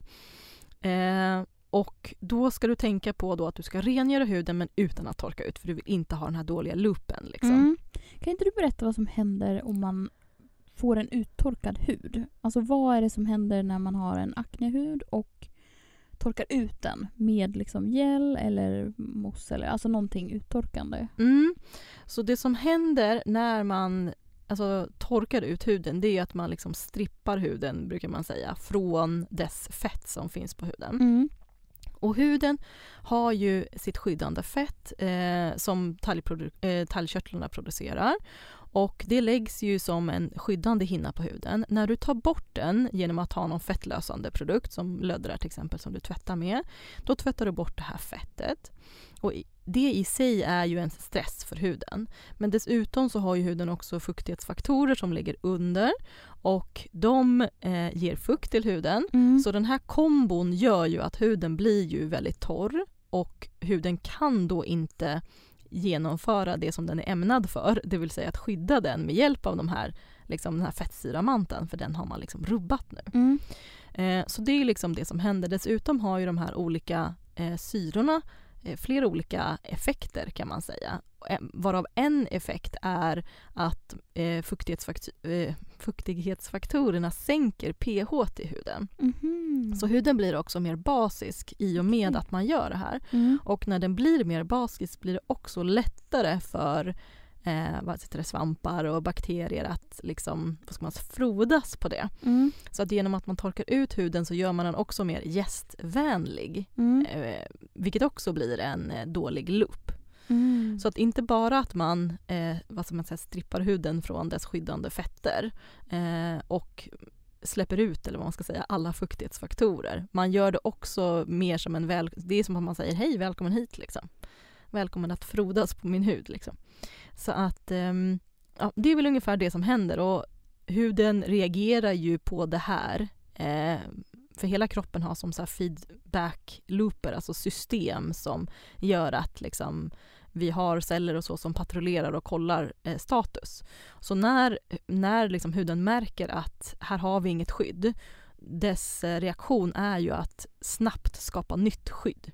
Eh, och då ska du tänka på då att du ska rengöra huden men utan att torka ut, för du vill inte ha den här dåliga loopen. Liksom. Mm. Kan inte du berätta vad som händer om man får en uttorkad hud? Alltså vad är det som händer när man har en aknehud och torkar ut den med liksom gel eller mousse eller alltså någonting uttorkande? Mm. Så det som händer när man alltså, torkar ut huden, det är att man liksom strippar huden, brukar man säga, från dess fett som finns på huden. Mm. Och huden har ju sitt skyddande fett eh, som talgprodu- eh, talgkörtlarna producerar. Och det läggs ju som en skyddande hinna på huden. När du tar bort den genom att ha någon fettlösande produkt som löddrar till exempel som du tvättar med, då tvättar du bort det här fettet. Och det i sig är ju en stress för huden. Men dessutom så har ju huden också fuktighetsfaktorer som ligger under och de eh, ger fukt till huden. Mm. Så den här kombon gör ju att huden blir ju väldigt torr och huden kan då inte genomföra det som den är ämnad för, det vill säga att skydda den med hjälp av de här, liksom den här fettsyramanteln, för den har man liksom rubbat nu. Mm. Eh, så det är liksom det som händer. Dessutom har ju de här olika eh, syrorna eh, flera olika effekter kan man säga. Eh, varav en effekt är att eh, fuktighetsfaktor, eh, fuktighetsfaktorerna sänker pH i huden. Mm. Så huden blir också mer basisk i och med Okay. att man gör det här. Mm. Och när den blir mer basisk blir det också lättare för eh, vad heter det, svampar och bakterier att liksom, vad ska man säga, frodas på det. Mm. Så att genom att man torkar ut huden så gör man den också mer gästvänlig. Mm. Eh, vilket också blir en eh, dålig loop. Mm. Så att inte bara att man, eh, vad ska man säga, strippar huden från dess skyddande fetter eh, och släpper ut, eller vad man ska säga, alla fuktighetsfaktorer. Man gör det också mer som en väl... Det är som att man säger hej, välkommen hit liksom. Välkommen att frodas på min hud liksom. Så att ehm, ja, det är väl ungefär det som händer, och huden reagerar ju på det här. Eh, för hela kroppen har som så här feedback-looper, alltså system som gör att liksom vi har celler och så som patrullerar och kollar eh, status. Så när, när liksom huden märker att här har vi inget skydd, dess eh, reaktion är ju att snabbt skapa nytt skydd.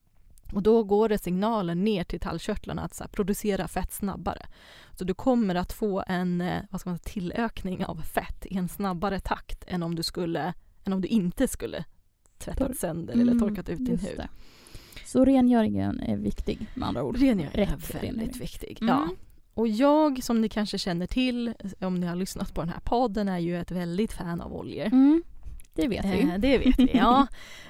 Och då går det signaler ner till talgkörtlarna att så här, producera fett snabbare. Så du kommer att få en eh, vad ska man säga, tillökning av fett i en snabbare takt än om du, skulle, än om du inte skulle tvättat Tor- sönder Mm, eller torkat ut din just hud. det. Så rengöringen är viktig med andra ord. Rengöring är Rätt väldigt rengöring. viktig. Mm. Ja. Och jag, som ni kanske känner till om ni har lyssnat på den här podden, är ju ett väldigt fan av oljor. Mm, det vet vi. Eh, det vet vi, ja.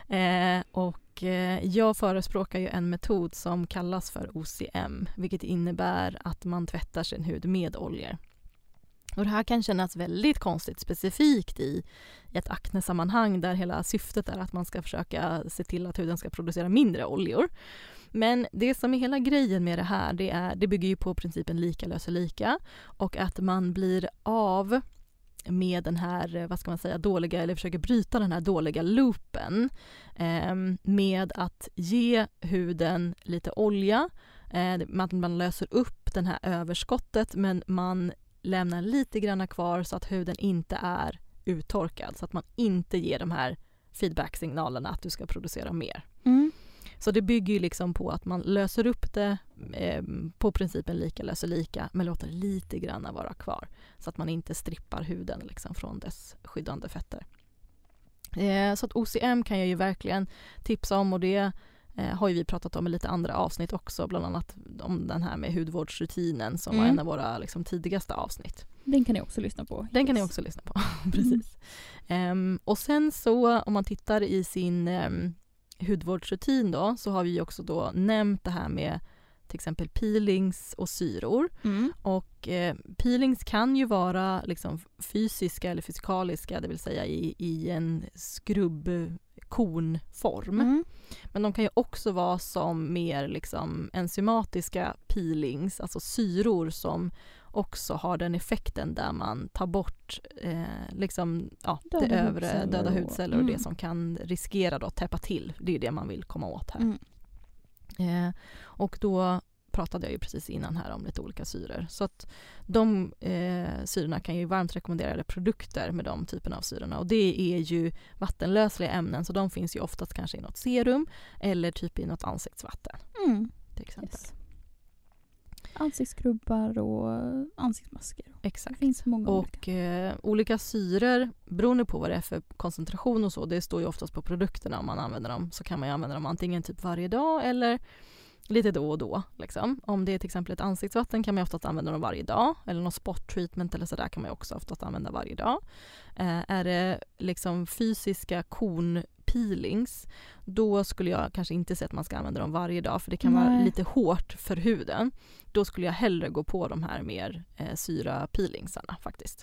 Eh, och eh, jag förespråkar ju en metod som kallas för O C M, vilket innebär att man tvättar sin hud med oljor. Och det här kan kännas väldigt konstigt, specifikt i, i ett aknesammanhang där hela syftet är att man ska försöka se till att huden ska producera mindre oljor. Men det som är hela grejen med det här, det, är, det bygger ju på principen lika löser lika, och att man blir av med den här, vad ska man säga, dåliga, eller försöker bryta den här dåliga loopen eh, med att ge huden lite olja, eh, man, man löser upp den här överskottet, men man lämnar lite grann kvar så att huden inte är uttorkad, så att man inte ger de här feedback-signalerna att du ska producera mer. Mm. Så det bygger ju liksom på att man löser upp det eh, på principen lika löser lika, men låter lite grann vara kvar så att man inte strippar huden liksom från dess skyddande fetter. Eh, så att O C M kan jag ju verkligen tipsa om, och det eh, har ju vi pratat om i lite andra avsnitt också, bland annat om den här med hudvårdsrutinen som mm. var en av våra liksom, tidigaste avsnitt. Den kan ni också lyssna på. Den kan ni också lyssna på, precis. Mm. Um, och sen så om man tittar i sin um, hudvårdsrutin då, så har vi också då nämnt det här med till exempel peelings och syror. Mm. Och eh, peelings kan ju vara liksom fysiska eller fysikaliska, det vill säga i, i en skrubbkonform. Mm. Men de kan ju också vara som mer liksom enzymatiska peelings, alltså syror som också har den effekten där man tar bort eh, liksom, ja, det övre döda hudceller och, och mm. det som kan riskera då att täppa till. Det är det man vill komma åt här. Mm. Eh, och då pratade jag ju precis innan här om lite olika syror. Så att de eh, syrorna kan ju varmt rekommendera produkter med de typerna av syrorna. Och det är ju vattenlösliga ämnen, så de finns ju oftast kanske i något serum eller typ i något ansiktsvatten. Mm. Till exempel. Yes. Ansiktsskrubbar och ansiktsmasker. Exakt. Det finns många och olika. Eh, olika syror, beroende på vad det är för koncentration och så, det står ju oftast på produkterna om man använder dem. Så kan man ju använda dem antingen typ varje dag eller lite då och då. Liksom. Om det är till exempel ett ansiktsvatten kan man oftast använda dem varje dag. Eller någon spot treatment eller sådär kan man också oftast använda varje dag. Eh, är det liksom fysiska konpeelings, då skulle jag kanske inte säga att man ska använda dem varje dag, för det kan Nej. vara lite hårt för huden. Då skulle jag hellre gå på de här mer eh, syra peelingsarna faktiskt.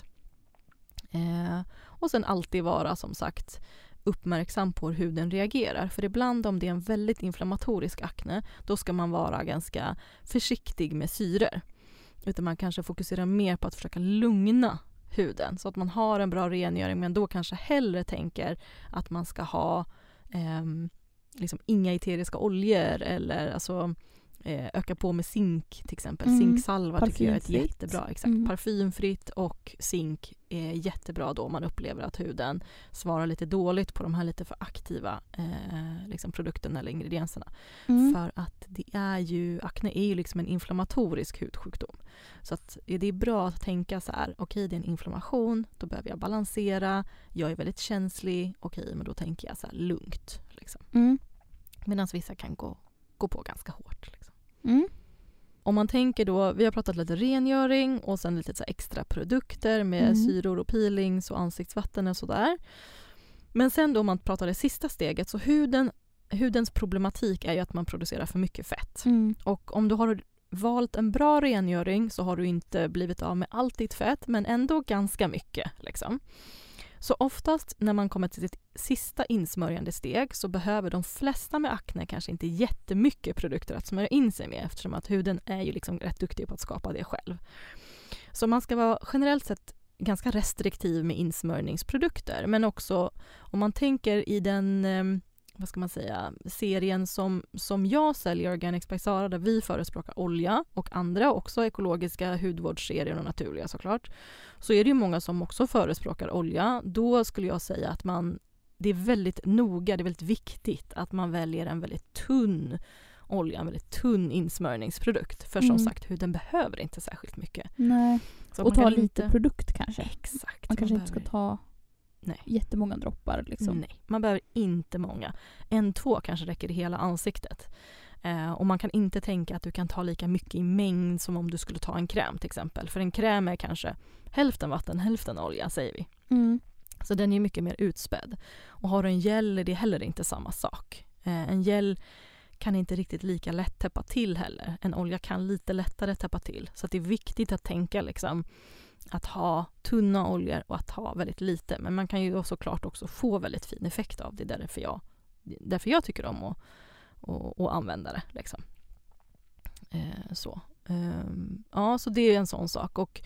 Eh, och sen alltid vara som sagt uppmärksam på hur huden reagerar. För ibland om det är en väldigt inflammatorisk akne, då ska man vara ganska försiktig med syror. Utan man kanske fokuserar mer på att försöka lugna huden. Så att man har en bra rengöring, men då kanske hellre tänker att man ska ha eh, liksom inga eteriska oljor eller alltså öka på med zink till exempel. Mm. Zinksalva tycker jag är ett jättebra. Exakt. Mm. Parfymfritt och zink är jättebra då om man upplever att huden svarar lite dåligt på de här lite för aktiva eh, liksom produkterna eller ingredienserna. Mm. För att det är ju, akne är ju liksom en inflammatorisk hudsjukdom. Så att det är bra att tänka så här, okej okay, det är en inflammation, då behöver jag balansera, jag är väldigt känslig, okej okay, men då tänker jag så här lugnt. Liksom. Mm. Medan vissa kan gå, gå på ganska hårt. Liksom. Mm. Om man tänker då, vi har pratat lite rengöring och sen lite så extra produkter med mm. syror och peelings och ansiktsvatten och sådär. Men sen då om man pratar det sista steget, så huden, hudens problematik är ju att man producerar för mycket fett. Mm. Och om du har valt en bra rengöring så har du inte blivit av med allt ditt fett, men ändå ganska mycket liksom. Så oftast när man kommer till sitt sista insmörjande steg så behöver de flesta med akne kanske inte jättemycket produkter att smörja in sig med, eftersom att huden är ju liksom rätt duktig på att skapa det själv. Så man ska vara generellt sett ganska restriktiv med insmörjningsprodukter, men också om man tänker i den vad ska man säga, serien som, som jag säljer, Organics by Sara, där vi förespråkar olja och andra också ekologiska hudvårdsserier och naturliga såklart, så är det ju många som också förespråkar olja. Då skulle jag säga att man, det är väldigt noga, det är väldigt viktigt att man väljer en väldigt tunn olja, en väldigt tunn insmörjningsprodukt. För som mm. sagt, huden behöver inte särskilt mycket. Nej, så och ta lite inte... produkt kanske. Exakt. Man kanske man inte ska ta Nej. jättemånga droppar. Liksom. Nej, man behöver inte många. En, två kanske räcker i hela ansiktet. Eh, och man kan inte tänka att du kan ta lika mycket i mängd som om du skulle ta en kräm till exempel. För en kräm är kanske hälften vatten, hälften olja säger vi. Mm. Så den är mycket mer utspädd. Och har du en gel är det heller inte samma sak. Eh, en gel kan inte riktigt lika lätt täppa till heller. En olja kan lite lättare täppa till. Så att det är viktigt att tänka liksom att ha tunna oljor och att ha väldigt lite. Men man kan ju såklart också få väldigt fin effekt av det. Därför jag, därför jag tycker om att, att, att använda det. Liksom. Eh, så. Eh, ja, så det är en sån sak. Och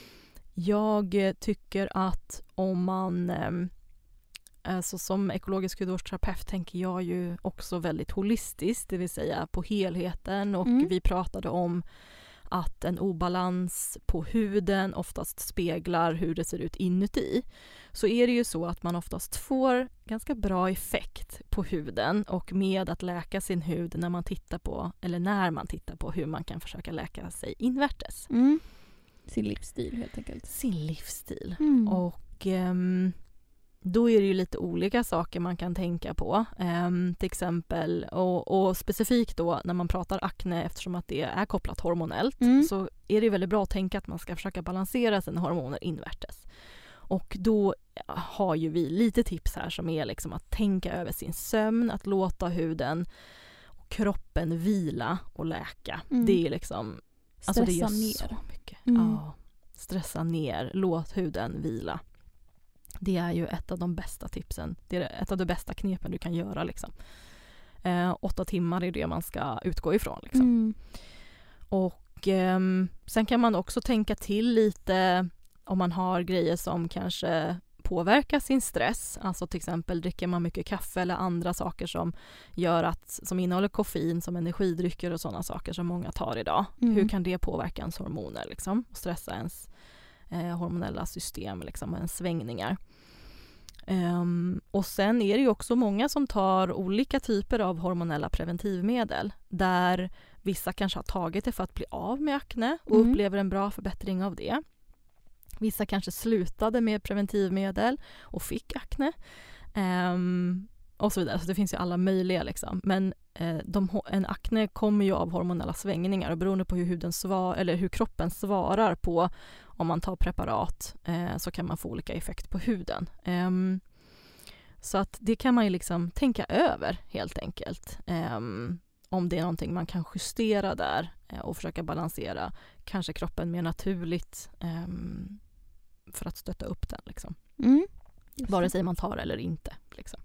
jag tycker att om man... Eh, alltså som ekologisk hudvårdsterapeut tänker jag ju också väldigt holistiskt. Det vill säga på helheten. Och mm. vi pratade om att en obalans på huden oftast speglar hur det ser ut inuti. Så är det ju så att man oftast får ganska bra effekt på huden och med att läka sin hud när man tittar på, eller när man tittar på hur man kan försöka läka sig invärtes. Mm. Sin livsstil helt enkelt. Sin livsstil. Mm. Och um, då är det ju lite olika saker man kan tänka på. Um, till exempel, och, och specifikt då när man pratar akne, eftersom att det är kopplat hormonellt, mm. så är det väldigt bra att tänka att man ska försöka balansera sina hormoner invärtes. Och då har ju vi lite tips här som är liksom att tänka över sin sömn, att låta huden och kroppen vila och läka. Mm. Det är liksom... Stressa alltså det gör ner. Så mycket. Mm. Ja, stressa ner, låt huden vila. Det är ju ett av de bästa tipsen. Det är ett av de bästa knepen du kan göra. Liksom. Eh, åtta timmar är det man ska utgå ifrån. Liksom. Mm. Och eh, sen kan man också tänka till lite om man har grejer som kanske påverkar sin stress. Alltså till exempel dricker man mycket kaffe eller andra saker som gör att, som innehåller koffein, som energidrycker och sådana saker som många tar idag. Mm. Hur kan det påverka ens hormoner liksom, och stressa ens eh, hormonella system liksom, och ens svängningar. Um, och sen är det ju också många som tar olika typer av hormonella preventivmedel, där vissa kanske har tagit det för att bli av med akne och mm. upplever en bra förbättring av det. Vissa kanske slutade med preventivmedel och fick akne. Um, och så vidare. Så det finns ju alla möjliga. Liksom. Men eh, de, en akne kommer ju av hormonella svängningar. Och beroende på hur, huden svar, eller hur kroppen svarar på om man tar preparat eh, så kan man få olika effekt på huden. Um, så att det kan man ju liksom tänka över helt enkelt. Um, om det är någonting man kan justera där eh, och försöka balansera kanske kroppen mer naturligt um, för att stötta upp den. Liksom. Mm. Vare sig man tar eller inte. Liksom.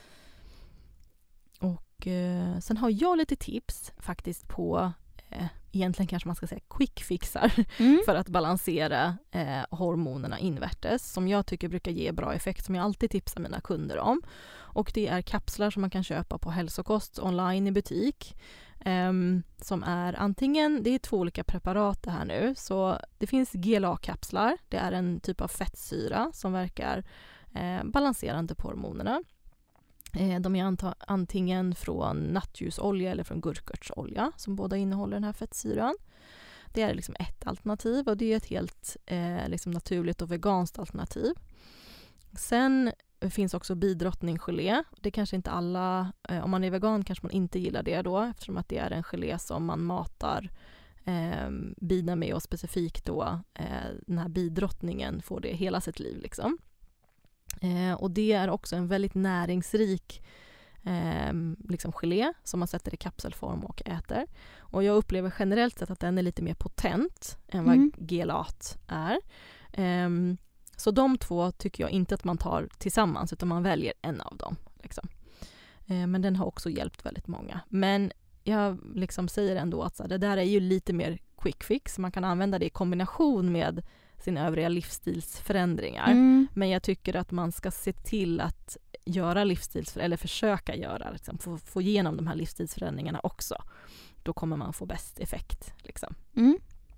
Och eh, sen har jag lite tips faktiskt på, eh, egentligen kanske man ska säga quick fixar mm. för att balansera eh, hormonerna invärtes, som jag tycker brukar ge bra effekt, som jag alltid tipsar mina kunder om. Och det är kapslar som man kan köpa på hälsokost online i butik. Um, som är antingen, det är två olika preparat det här nu, så det finns G L A-kapslar, det är en typ av fettsyra som verkar eh, balanserande på hormonerna. Eh, de är anta- antingen från nattljusolja eller från gurkörtsolja som båda innehåller den här fettsyran. Det är liksom ett alternativ och det är ett helt eh, liksom naturligt och veganskt alternativ. Sen det finns också bidrottninggelé. Det kanske inte alla, eh, om man är vegan kanske man inte gillar det då, eftersom att det är en gelé som man matar eh, bina med, och specifikt då eh, den här bidrottningen får det hela sitt liv liksom. Eh, och det är också en väldigt näringsrik eh, liksom gelé som man sätter i kapselform och äter. Och jag upplever generellt sett att den är lite mer potent än vad mm. G L A är. Eh, Så de två tycker jag inte att man tar tillsammans, utan man väljer en av dem. Liksom. Eh, men den har också hjälpt väldigt många. Men jag liksom säger ändå att så här, det där är ju lite mer quick fix. Man kan använda det i kombination med sina övriga livsstilsförändringar. Mm. Men jag tycker att man ska se till att göra livsstils, eller försöka göra, liksom, få, få igenom de här livsstilsförändringarna också. Då kommer man få bäst effekt. Liksom. Mm.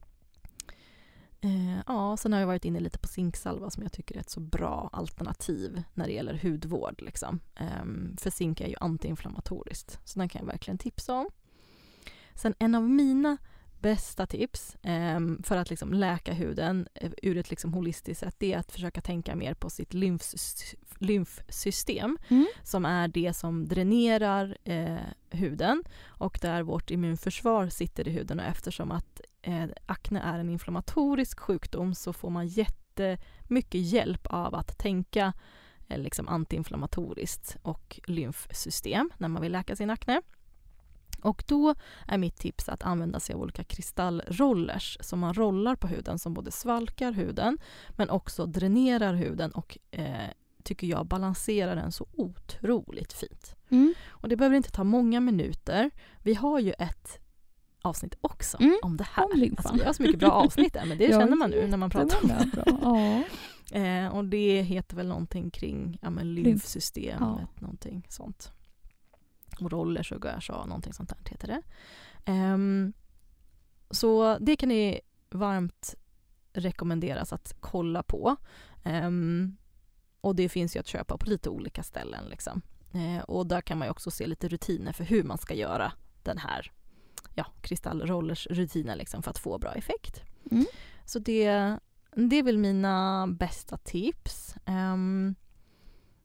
Eh, ja, sen har jag varit inne lite på zinksalva som jag tycker är ett så bra alternativ när det gäller hudvård. Liksom. Eh, för zink är ju antiinflammatoriskt, så den kan jag verkligen tipsa om. Sen en av mina bästa tips eh, för att liksom läka huden eh, ur ett liksom holistiskt sätt, det är att försöka tänka mer på sitt lymfs- lymfsystem mm. som är det som dränerar eh, huden och där vårt immunförsvar sitter i huden, och eftersom att eh, akne är en inflammatorisk sjukdom så får man jättemycket hjälp av att tänka eh, liksom antiinflammatoriskt och lymfsystem när man vill läka sin akne. Och då är mitt tips att använda sig av olika kristallrollers som man rollar på huden, som både svalkar huden men också dränerar huden och eh, tycker jag balanserar den så otroligt fint. Mm. Och det behöver inte ta många minuter. Vi har ju ett avsnitt också mm. om det här. Om alltså, vi har så mycket bra avsnitt där, men det ja, känner man nu när man pratar om det. Bra. Ja. eh, och det heter väl någonting kring ja, men lymfsystemet, ja. någonting sånt. Och roller så gör så, någonting sånt där heter det. Um, så det kan ni varmt rekommenderas att kolla på. Um, och det finns ju att köpa på lite olika ställen. Liksom. Uh, och där kan man ju också se lite rutiner för hur man ska göra den här ja, kristallrollers rutinen liksom, för att få bra effekt. Mm. Så det, det är väl mina bästa tips. Um,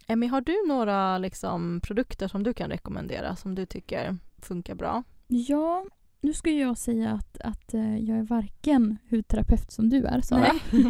Emmy, har du några liksom, produkter som du kan rekommendera som du tycker funkar bra? Ja, nu ska jag säga att, att jag är varken hudterapeut som du är, Sara.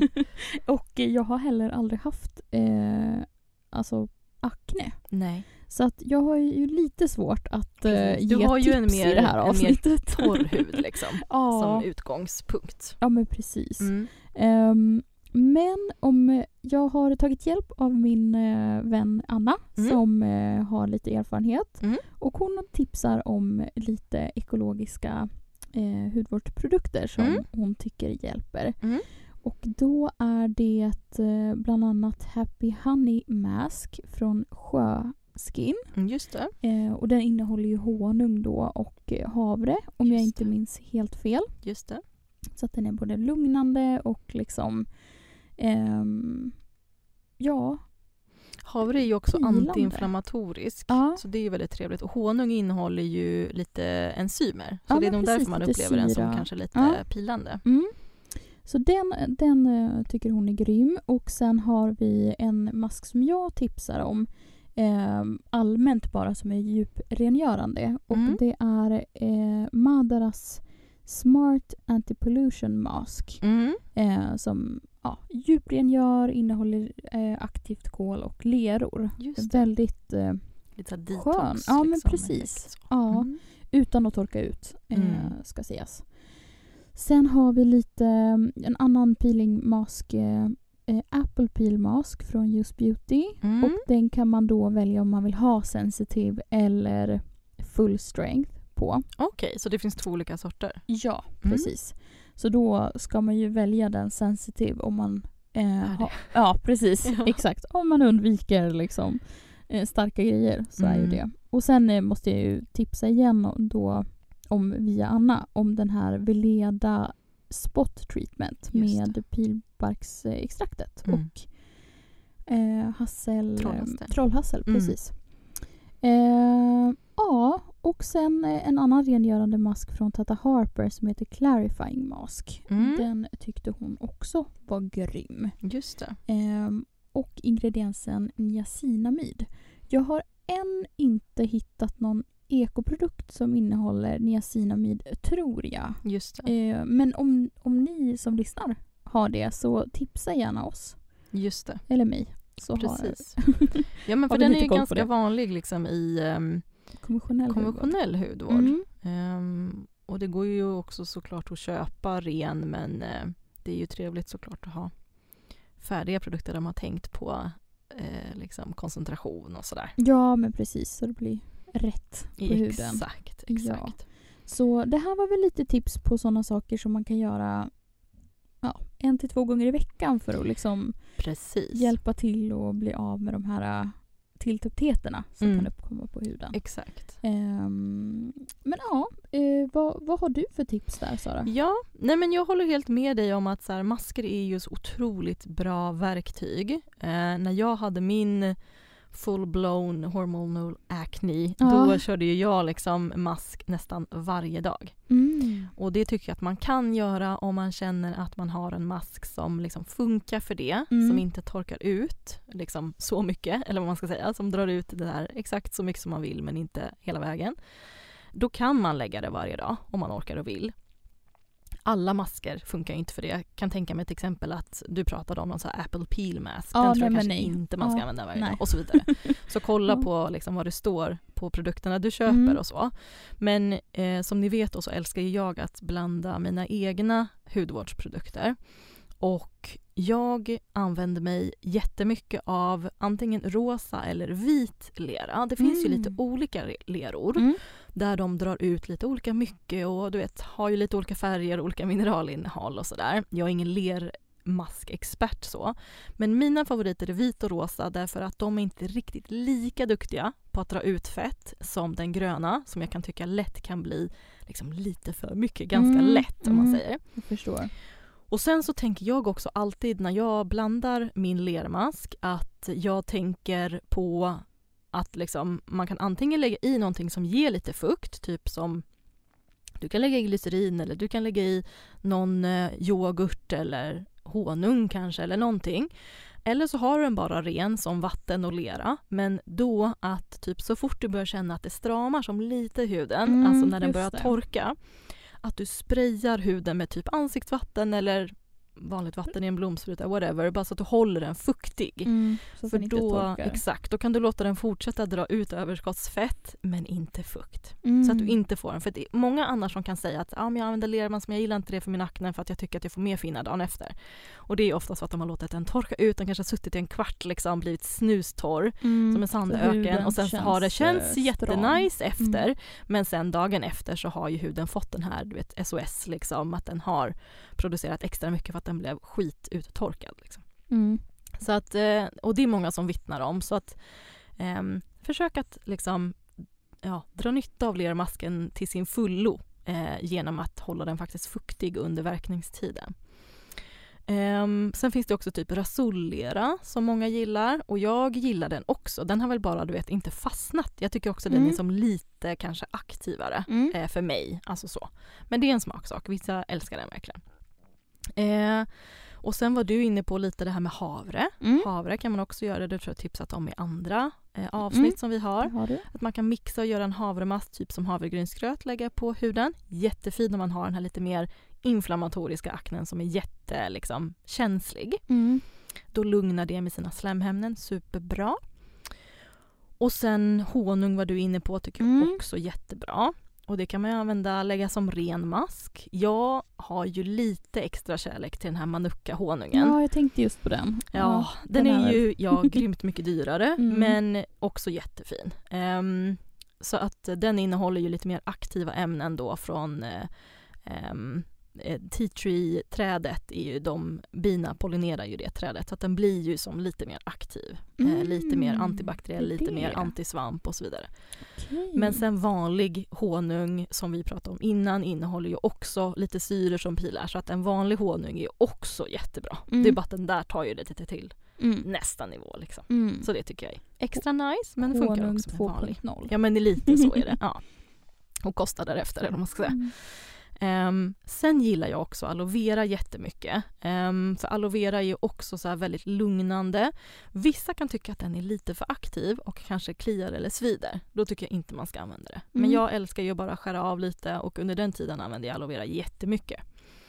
Och jag har heller aldrig haft eh, alltså akne. Nej. Så att jag har ju lite svårt att eh, ge du har tips ju en mer, i det här avsnittet. En mer torr hud liksom, ja. som utgångspunkt. Ja, men precis. Mm. Um, men om jag har tagit hjälp av min eh, vän Anna mm. som eh, har lite erfarenhet. Mm. Och hon tipsar om lite ekologiska eh, hudvårdsprodukter som mm. hon tycker hjälper. Mm. Och då är det eh, bland annat Happy Honey Mask från Sjöskin. Mm, just det. Eh, och den innehåller ju honung då och eh, havre, om just jag inte det. minns helt fel. Just det. Så att den är både lugnande och liksom ehm, ja. Havre är ju också pilande. Antiinflammatorisk. Ja. Så det är ju väldigt trevligt. Och honung innehåller ju lite enzymer. Så ja, det är nog precis, därför man upplever den som kanske lite ja. pilande. Mm. Så den, den uh, tycker hon är grym. Och sen har vi en mask som jag tipsar om. Eh, allmänt bara som är djuprengörande. Och Mm. det är eh, Madaras Smart Anti-Pollution Mask. Mm. Eh, som ja, djuprengör, innehåller eh, aktivt kol och leror. Just det. Väldigt eh, lite så detox, skön. Ja, men liksom, precis. Ja, mm. utan att torka ut, eh, Mm. ska sägas. Sen har vi lite en annan peelingmask, eh, eh, Apple Peel Mask från Just Beauty. Mm. Och den kan man då välja om man vill ha sensitiv eller full strength på. Okej, okay, så det finns två olika sorter? Ja, Mm. precis. Så då ska man ju välja den sensitiv om man... Eh, ha, det. ja, precis. Ja. Exakt. Om man undviker liksom, eh, starka grejer så Mm. är ju det. Och sen eh, måste jag ju tipsa igen då om via Anna om den här Veleda Spot Treatment Just med pilbarksextraktet Mm. och eh, hassel, Trollhassel. trollhassel. Mm. Precis. Eh, ja, och sen eh, en annan rengörande mask från Tata Harper som heter Clarifying Mask. Mm. Den tyckte hon också var grym. Just det. Eh, och ingrediensen niacinamid. Jag har än inte hittat någon ekoprodukt som innehåller niacinamid, tror jag. Just det. Eh, men om, om ni som lyssnar har det så tipsa gärna oss. Just det. Eller mig. Så Precis. Har, ja, men för har vi den är lite ju koll på ganska det. vanlig liksom, i um, konventionell, konventionell hudvård. hudvård. Mm. Um, och det går ju också såklart att köpa ren, men uh, det är ju trevligt såklart att ha färdiga produkter där man har tänkt på uh, liksom koncentration och sådär. Ja, men precis. Så det blir rätt på huden. Exakt, exakt. Ja. Så det här var väl lite tips på sådana saker som man kan göra ja, en till två gånger i veckan för att liksom Precis. hjälpa till och bli av med de här uh, tilltäpptheterna som Mm. kan uppkomma på huden. Exakt. Um, men ja, uh, vad, vad har du för tips där, Sara? Ja, nej men jag håller helt med dig om att så här, masker är ju så otroligt bra verktyg. Eh, när jag hade min full-blown hormonal acne, Ja. då körde ju jag liksom mask nästan varje dag. Mm. Och det tycker jag att man kan göra om man känner att man har en mask som liksom funkar för det, Mm. som inte torkar ut liksom så mycket, eller vad man ska säga, som drar ut det där exakt så mycket som man vill men inte hela vägen. Då kan man lägga det varje dag om man orkar och vill. Alla masker funkar inte för det. Jag kan tänka mig ett exempel att du pratade om någon så här Apple Peel Mask. Ja, Den tror nej, jag men kanske nej. inte man ska Ja, använda varje nej. dag och så vidare. Så kolla Ja. på liksom vad det står på produkterna du köper Mm. och så. Men eh, som ni vet så älskar jag att blanda mina egna hudvårdsprodukter. Och jag använder mig jättemycket av antingen rosa eller vit lera. Det finns Mm. ju lite olika leror. Mm. Där de drar ut lite olika mycket och du vet, har ju lite olika färger och olika mineralinnehåll och sådär. Jag är ingen lermaskexpert så. Men mina favoriter är vit och rosa därför att de är inte riktigt lika duktiga på att dra ut fett som den gröna, som jag kan tycka lätt kan bli liksom lite för mycket, ganska Mm. lätt om man Mm. säger. Jag förstår. Och sen så tänker jag också alltid när jag blandar min lermask att jag tänker på att liksom, man kan antingen lägga i någonting som ger lite fukt, typ som du kan lägga i glycerin eller du kan lägga i någon eh, yoghurt eller honung kanske eller någonting. eller så har du den bara ren som vatten och lera. Men då att typ så fort du börjar känna att det stramar som lite i huden, Mm, alltså när den just börjar det. torka, att du sprayar huden med typ ansiktsvatten eller vanligt vatten i en blomspruta, whatever, bara så att du håller den fuktig. Mm, så att För den inte då, torkar. exakt, då kan du låta den fortsätta dra ut överskottsfett men inte fukt. Mm. Så att du inte får den. För det är många annars som kan säga att ah, men jag använder lermask men jag gillar inte det för min akne för att jag tycker att jag får mer finnar dagen efter. Och det är oftast för att de har låtit den torka ut, den kanske har suttit i en kvart liksom, blivit snustorr mm. som en sandöken och sen så har det känts eh, jättenice stram. efter Mm. men sen dagen efter så har ju huden fått den här du vet, S O S liksom, att den har producerat extra mycket för att den blev skit uttorkad liksom. Mm. Så att, eh, och det är många som vittnar om så att eh, försök att liksom ja, dra nytta av lermasken till sin fullo eh, genom att hålla den faktiskt fuktig under verkningstiden. Um, sen finns det också typ rasullera som många gillar och jag gillar den också. Den har väl bara du vet inte fastnat. Jag tycker också Mm. den är som lite kanske aktivare Mm. eh, för mig. Alltså så. Men det är en smaksak. Vissa älskar den verkligen. Eh, och sen var du inne på lite det här med havre. Mm. Havre kan man också göra. Det tror jag tipsat om i andra eh, avsnitt Mm. som vi har. Det har du. Att man kan mixa och göra en havremask typ som havregrynsgröt, lägga på huden. Jättefin om man har den här lite mer inflammatoriska aknen som är jätte liksom, känslig. Mm. Då lugnar det med sina slemhämnen superbra. Och sen honung var du inne på tycker jag Mm. också jättebra. Och det kan man ju använda, lägga som ren mask. Jag har ju lite extra kärlek till den här manuka-honungen. Ja, jag tänkte just på den. Ja, den, den är är ju ja, grymt mycket dyrare Mm. men också jättefin. Um, så att den innehåller ju lite mer aktiva ämnen då från uh, um, tea tree-trädet är ju de, bina pollinerar ju det trädet så att den blir ju som lite mer aktiv. Mm. Eh, lite mer antibakteriell, Det är lite det. mer antisvamp och så vidare. Okej. Men sen vanlig honung som vi pratade om innan innehåller ju också lite syror som pilar så att en vanlig honung är också jättebra. Mm. Det är bara att den där tar ju det lite till Mm. nästa nivå liksom. Mm. Så det tycker jag är extra nice men det funkar Honung också med vanlig. två punkt noll. Ja men det är lite så är det. Ja. Och kostar därefter eller vad man ska säga. Mm. Um, sen gillar jag också aloe vera jättemycket. Um, för aloe vera är ju också så här väldigt lugnande. Vissa kan tycka att den är lite för aktiv och kanske kliar eller svider. Då tycker jag inte man ska använda det. Men Mm. jag älskar ju bara skära av lite och under den tiden använder jag aloe vera jättemycket.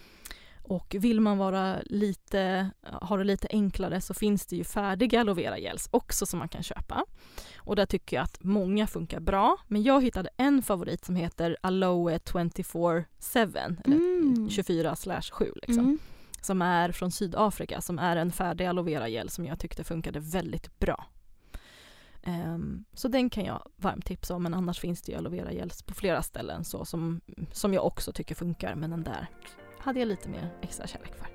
Och vill man vara lite, ha det lite enklare så finns det ju färdiga aloe vera gels också som man kan köpa. Och där tycker jag att många funkar bra. Men jag hittade en favorit som heter Aloe tjugofyra sju eller Mm. tjugofyra sju liksom. Mm. Som är från Sydafrika som är en färdig aloe vera gel som jag tyckte funkade väldigt bra. Um, så den kan jag varmt tipsa om men annars finns det ju aloe vera gels på flera ställen så som, som jag också tycker funkar men den där hade jag lite mer extra kärlek för.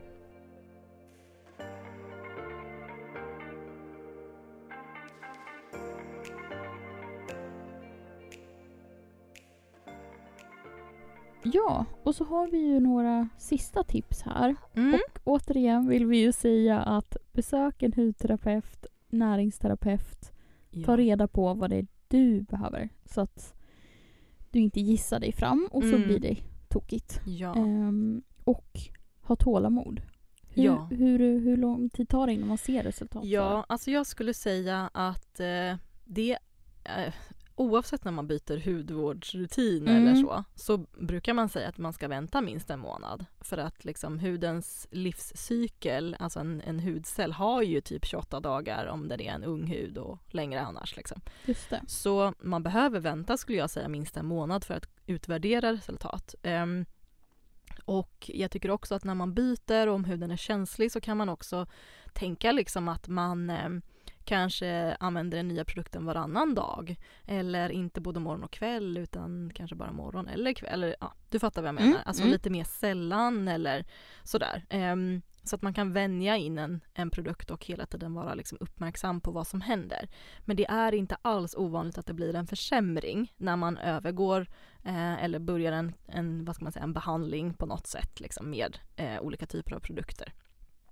Ja, och så har vi ju några sista tips här. Mm. Och återigen vill vi ju säga att besök en hudterapeut, näringsterapeut, Ja. ta reda på vad det är du behöver så att du inte gissar dig fram och så Mm. blir det tokigt. Ja. Ehm, och ha tålamod. Hur, Ja. hur, hur lång tid tar det innan man ser resultat? Ja, alltså jag skulle säga att eh, det eh, oavsett när man byter hudvårdsrutin Mm. eller så så brukar man säga att man ska vänta minst en månad för att liksom hudens livscykel, alltså en, en hudcell har ju typ tjugoåtta dagar om det är en ung hud och längre annars liksom. Just det. Så man behöver vänta skulle jag säga minst en månad för att utvärdera resultat. Um, och jag tycker också att när man byter och om huden är känslig så kan man också tänka liksom att man eh, kanske använder den nya produkten varannan dag eller inte både morgon och kväll utan kanske bara morgon eller kväll. Eller, ja, du fattar vad jag menar. Mm, Alltså mm. lite mer sällan eller sådär. Um, så att man kan vänja in en, en produkt och hela tiden vara liksom uppmärksam på vad som händer. Men det är inte alls ovanligt att det blir en försämring när man övergår eh, eller börjar en, en, vad ska man säga, en behandling på något sätt liksom, med eh, olika typer av produkter.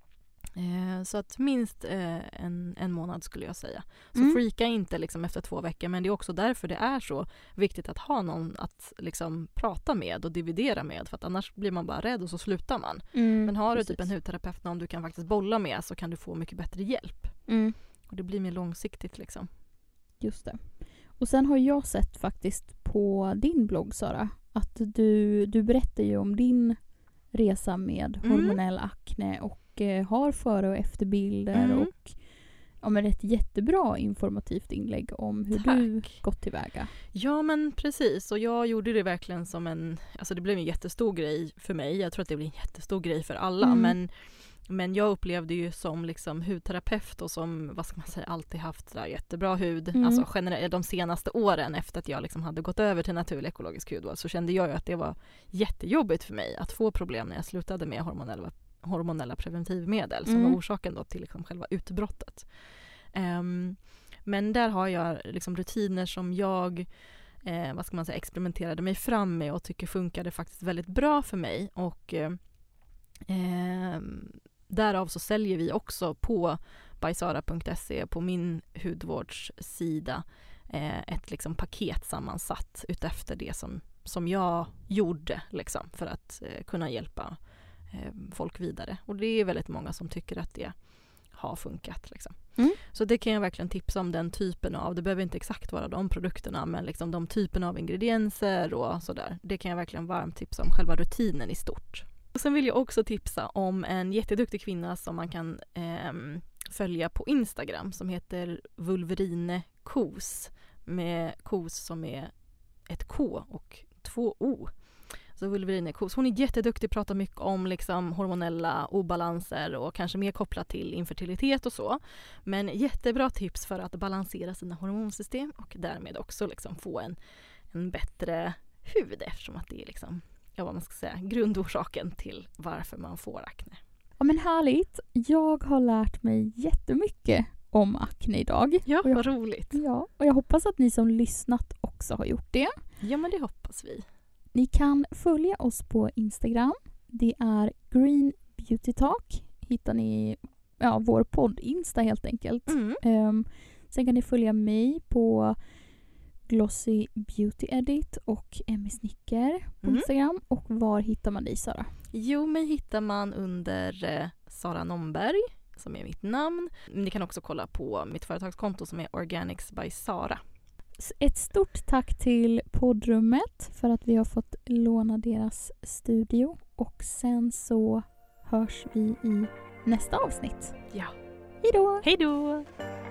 Eh, så att minst eh, en, en månad skulle jag säga. Så Mm. freaka inte liksom efter två veckor, men det är också därför det är så viktigt att ha någon att liksom prata med och dividera med, för att annars blir man bara rädd och så slutar man. Mm, men har du precis. typ en hudterapeut någon du kan faktiskt bolla med, så kan du få mycket bättre hjälp. Mm. Och det blir mer långsiktigt liksom. Just det. Och sen har jag sett faktiskt på din blogg, Sara, att du, du berättar ju om din resa med Mm. hormonell akne och eh, har före- och efterbilder Mm. och ja, men ett jättebra informativt inlägg om hur Tack. du gått tillväga. Ja men precis, och jag gjorde det verkligen som en, alltså det blev en jättestor grej för mig. Jag tror att det blir en jättestor grej för alla, Mm. men Men jag upplevde ju som liksom hudterapeut och som, vad ska man säga, alltid haft där jättebra hud. Mm. Alltså generellt de senaste åren efter att jag liksom hade gått över till naturlig ekologisk hudvård, så kände jag ju att det var jättejobbigt för mig att få problem när jag slutade med hormonella, hormonella preventivmedel som Mm. var orsaken då till liksom själva utbrottet. Um, men där har jag liksom rutiner som jag eh, vad ska man säga, experimenterade mig fram med och tycker funkade faktiskt väldigt bra för mig. Och eh, eh, därav så säljer vi också på by sara punkt se, på min hudvårdssida, eh, ett liksom paket sammansatt utefter det som, som jag gjorde liksom, för att eh, kunna hjälpa eh, folk vidare. Och det är väldigt många som tycker att det har funkat. Liksom. Mm. Så det kan jag verkligen tipsa om, den typen av, det behöver inte exakt vara de produkterna, men liksom de typen av ingredienser och sådär. Det kan jag verkligen varmt tipsa om, själva rutinen i stort. Och sen vill jag också tipsa om en jätteduktig kvinna som man kan eh, följa på Instagram som heter Vulverine Kos, med kos som är ett K och två O. Så Vulverine Kos. Hon är jätteduktig, pratar mycket om liksom hormonella obalanser och kanske mer kopplat till infertilitet och så. Men jättebra tips för att balansera sina hormonsystem och därmed också liksom få en, en bättre hud, eftersom att det är liksom, ja, vad man ska säga, grundorsaken till varför man får akne. Ja, men härligt. Jag har lärt mig jättemycket om akne idag. Ja, och jag, vad roligt. Ja, och jag hoppas att ni som lyssnat också har gjort det. Ja, men det hoppas vi. Ni kan följa oss på Instagram. Det är Green Beauty Talk. Hittar ni ja, vår podd-insta helt enkelt. Mm. Um, sen kan ni följa mig på Glossy Beauty Edit och Emmy Snicker på Mm. Instagram. Och var hittar man dig, Sara? Jo, mig hittar man under eh, Sara Nomberg, som är mitt namn. Ni kan också kolla på mitt företagskonto som är Organics by Sara. Ett stort tack till poddrummet för att vi har fått låna deras studio. Och sen så hörs vi i nästa avsnitt. Ja. Hej då! Hej då!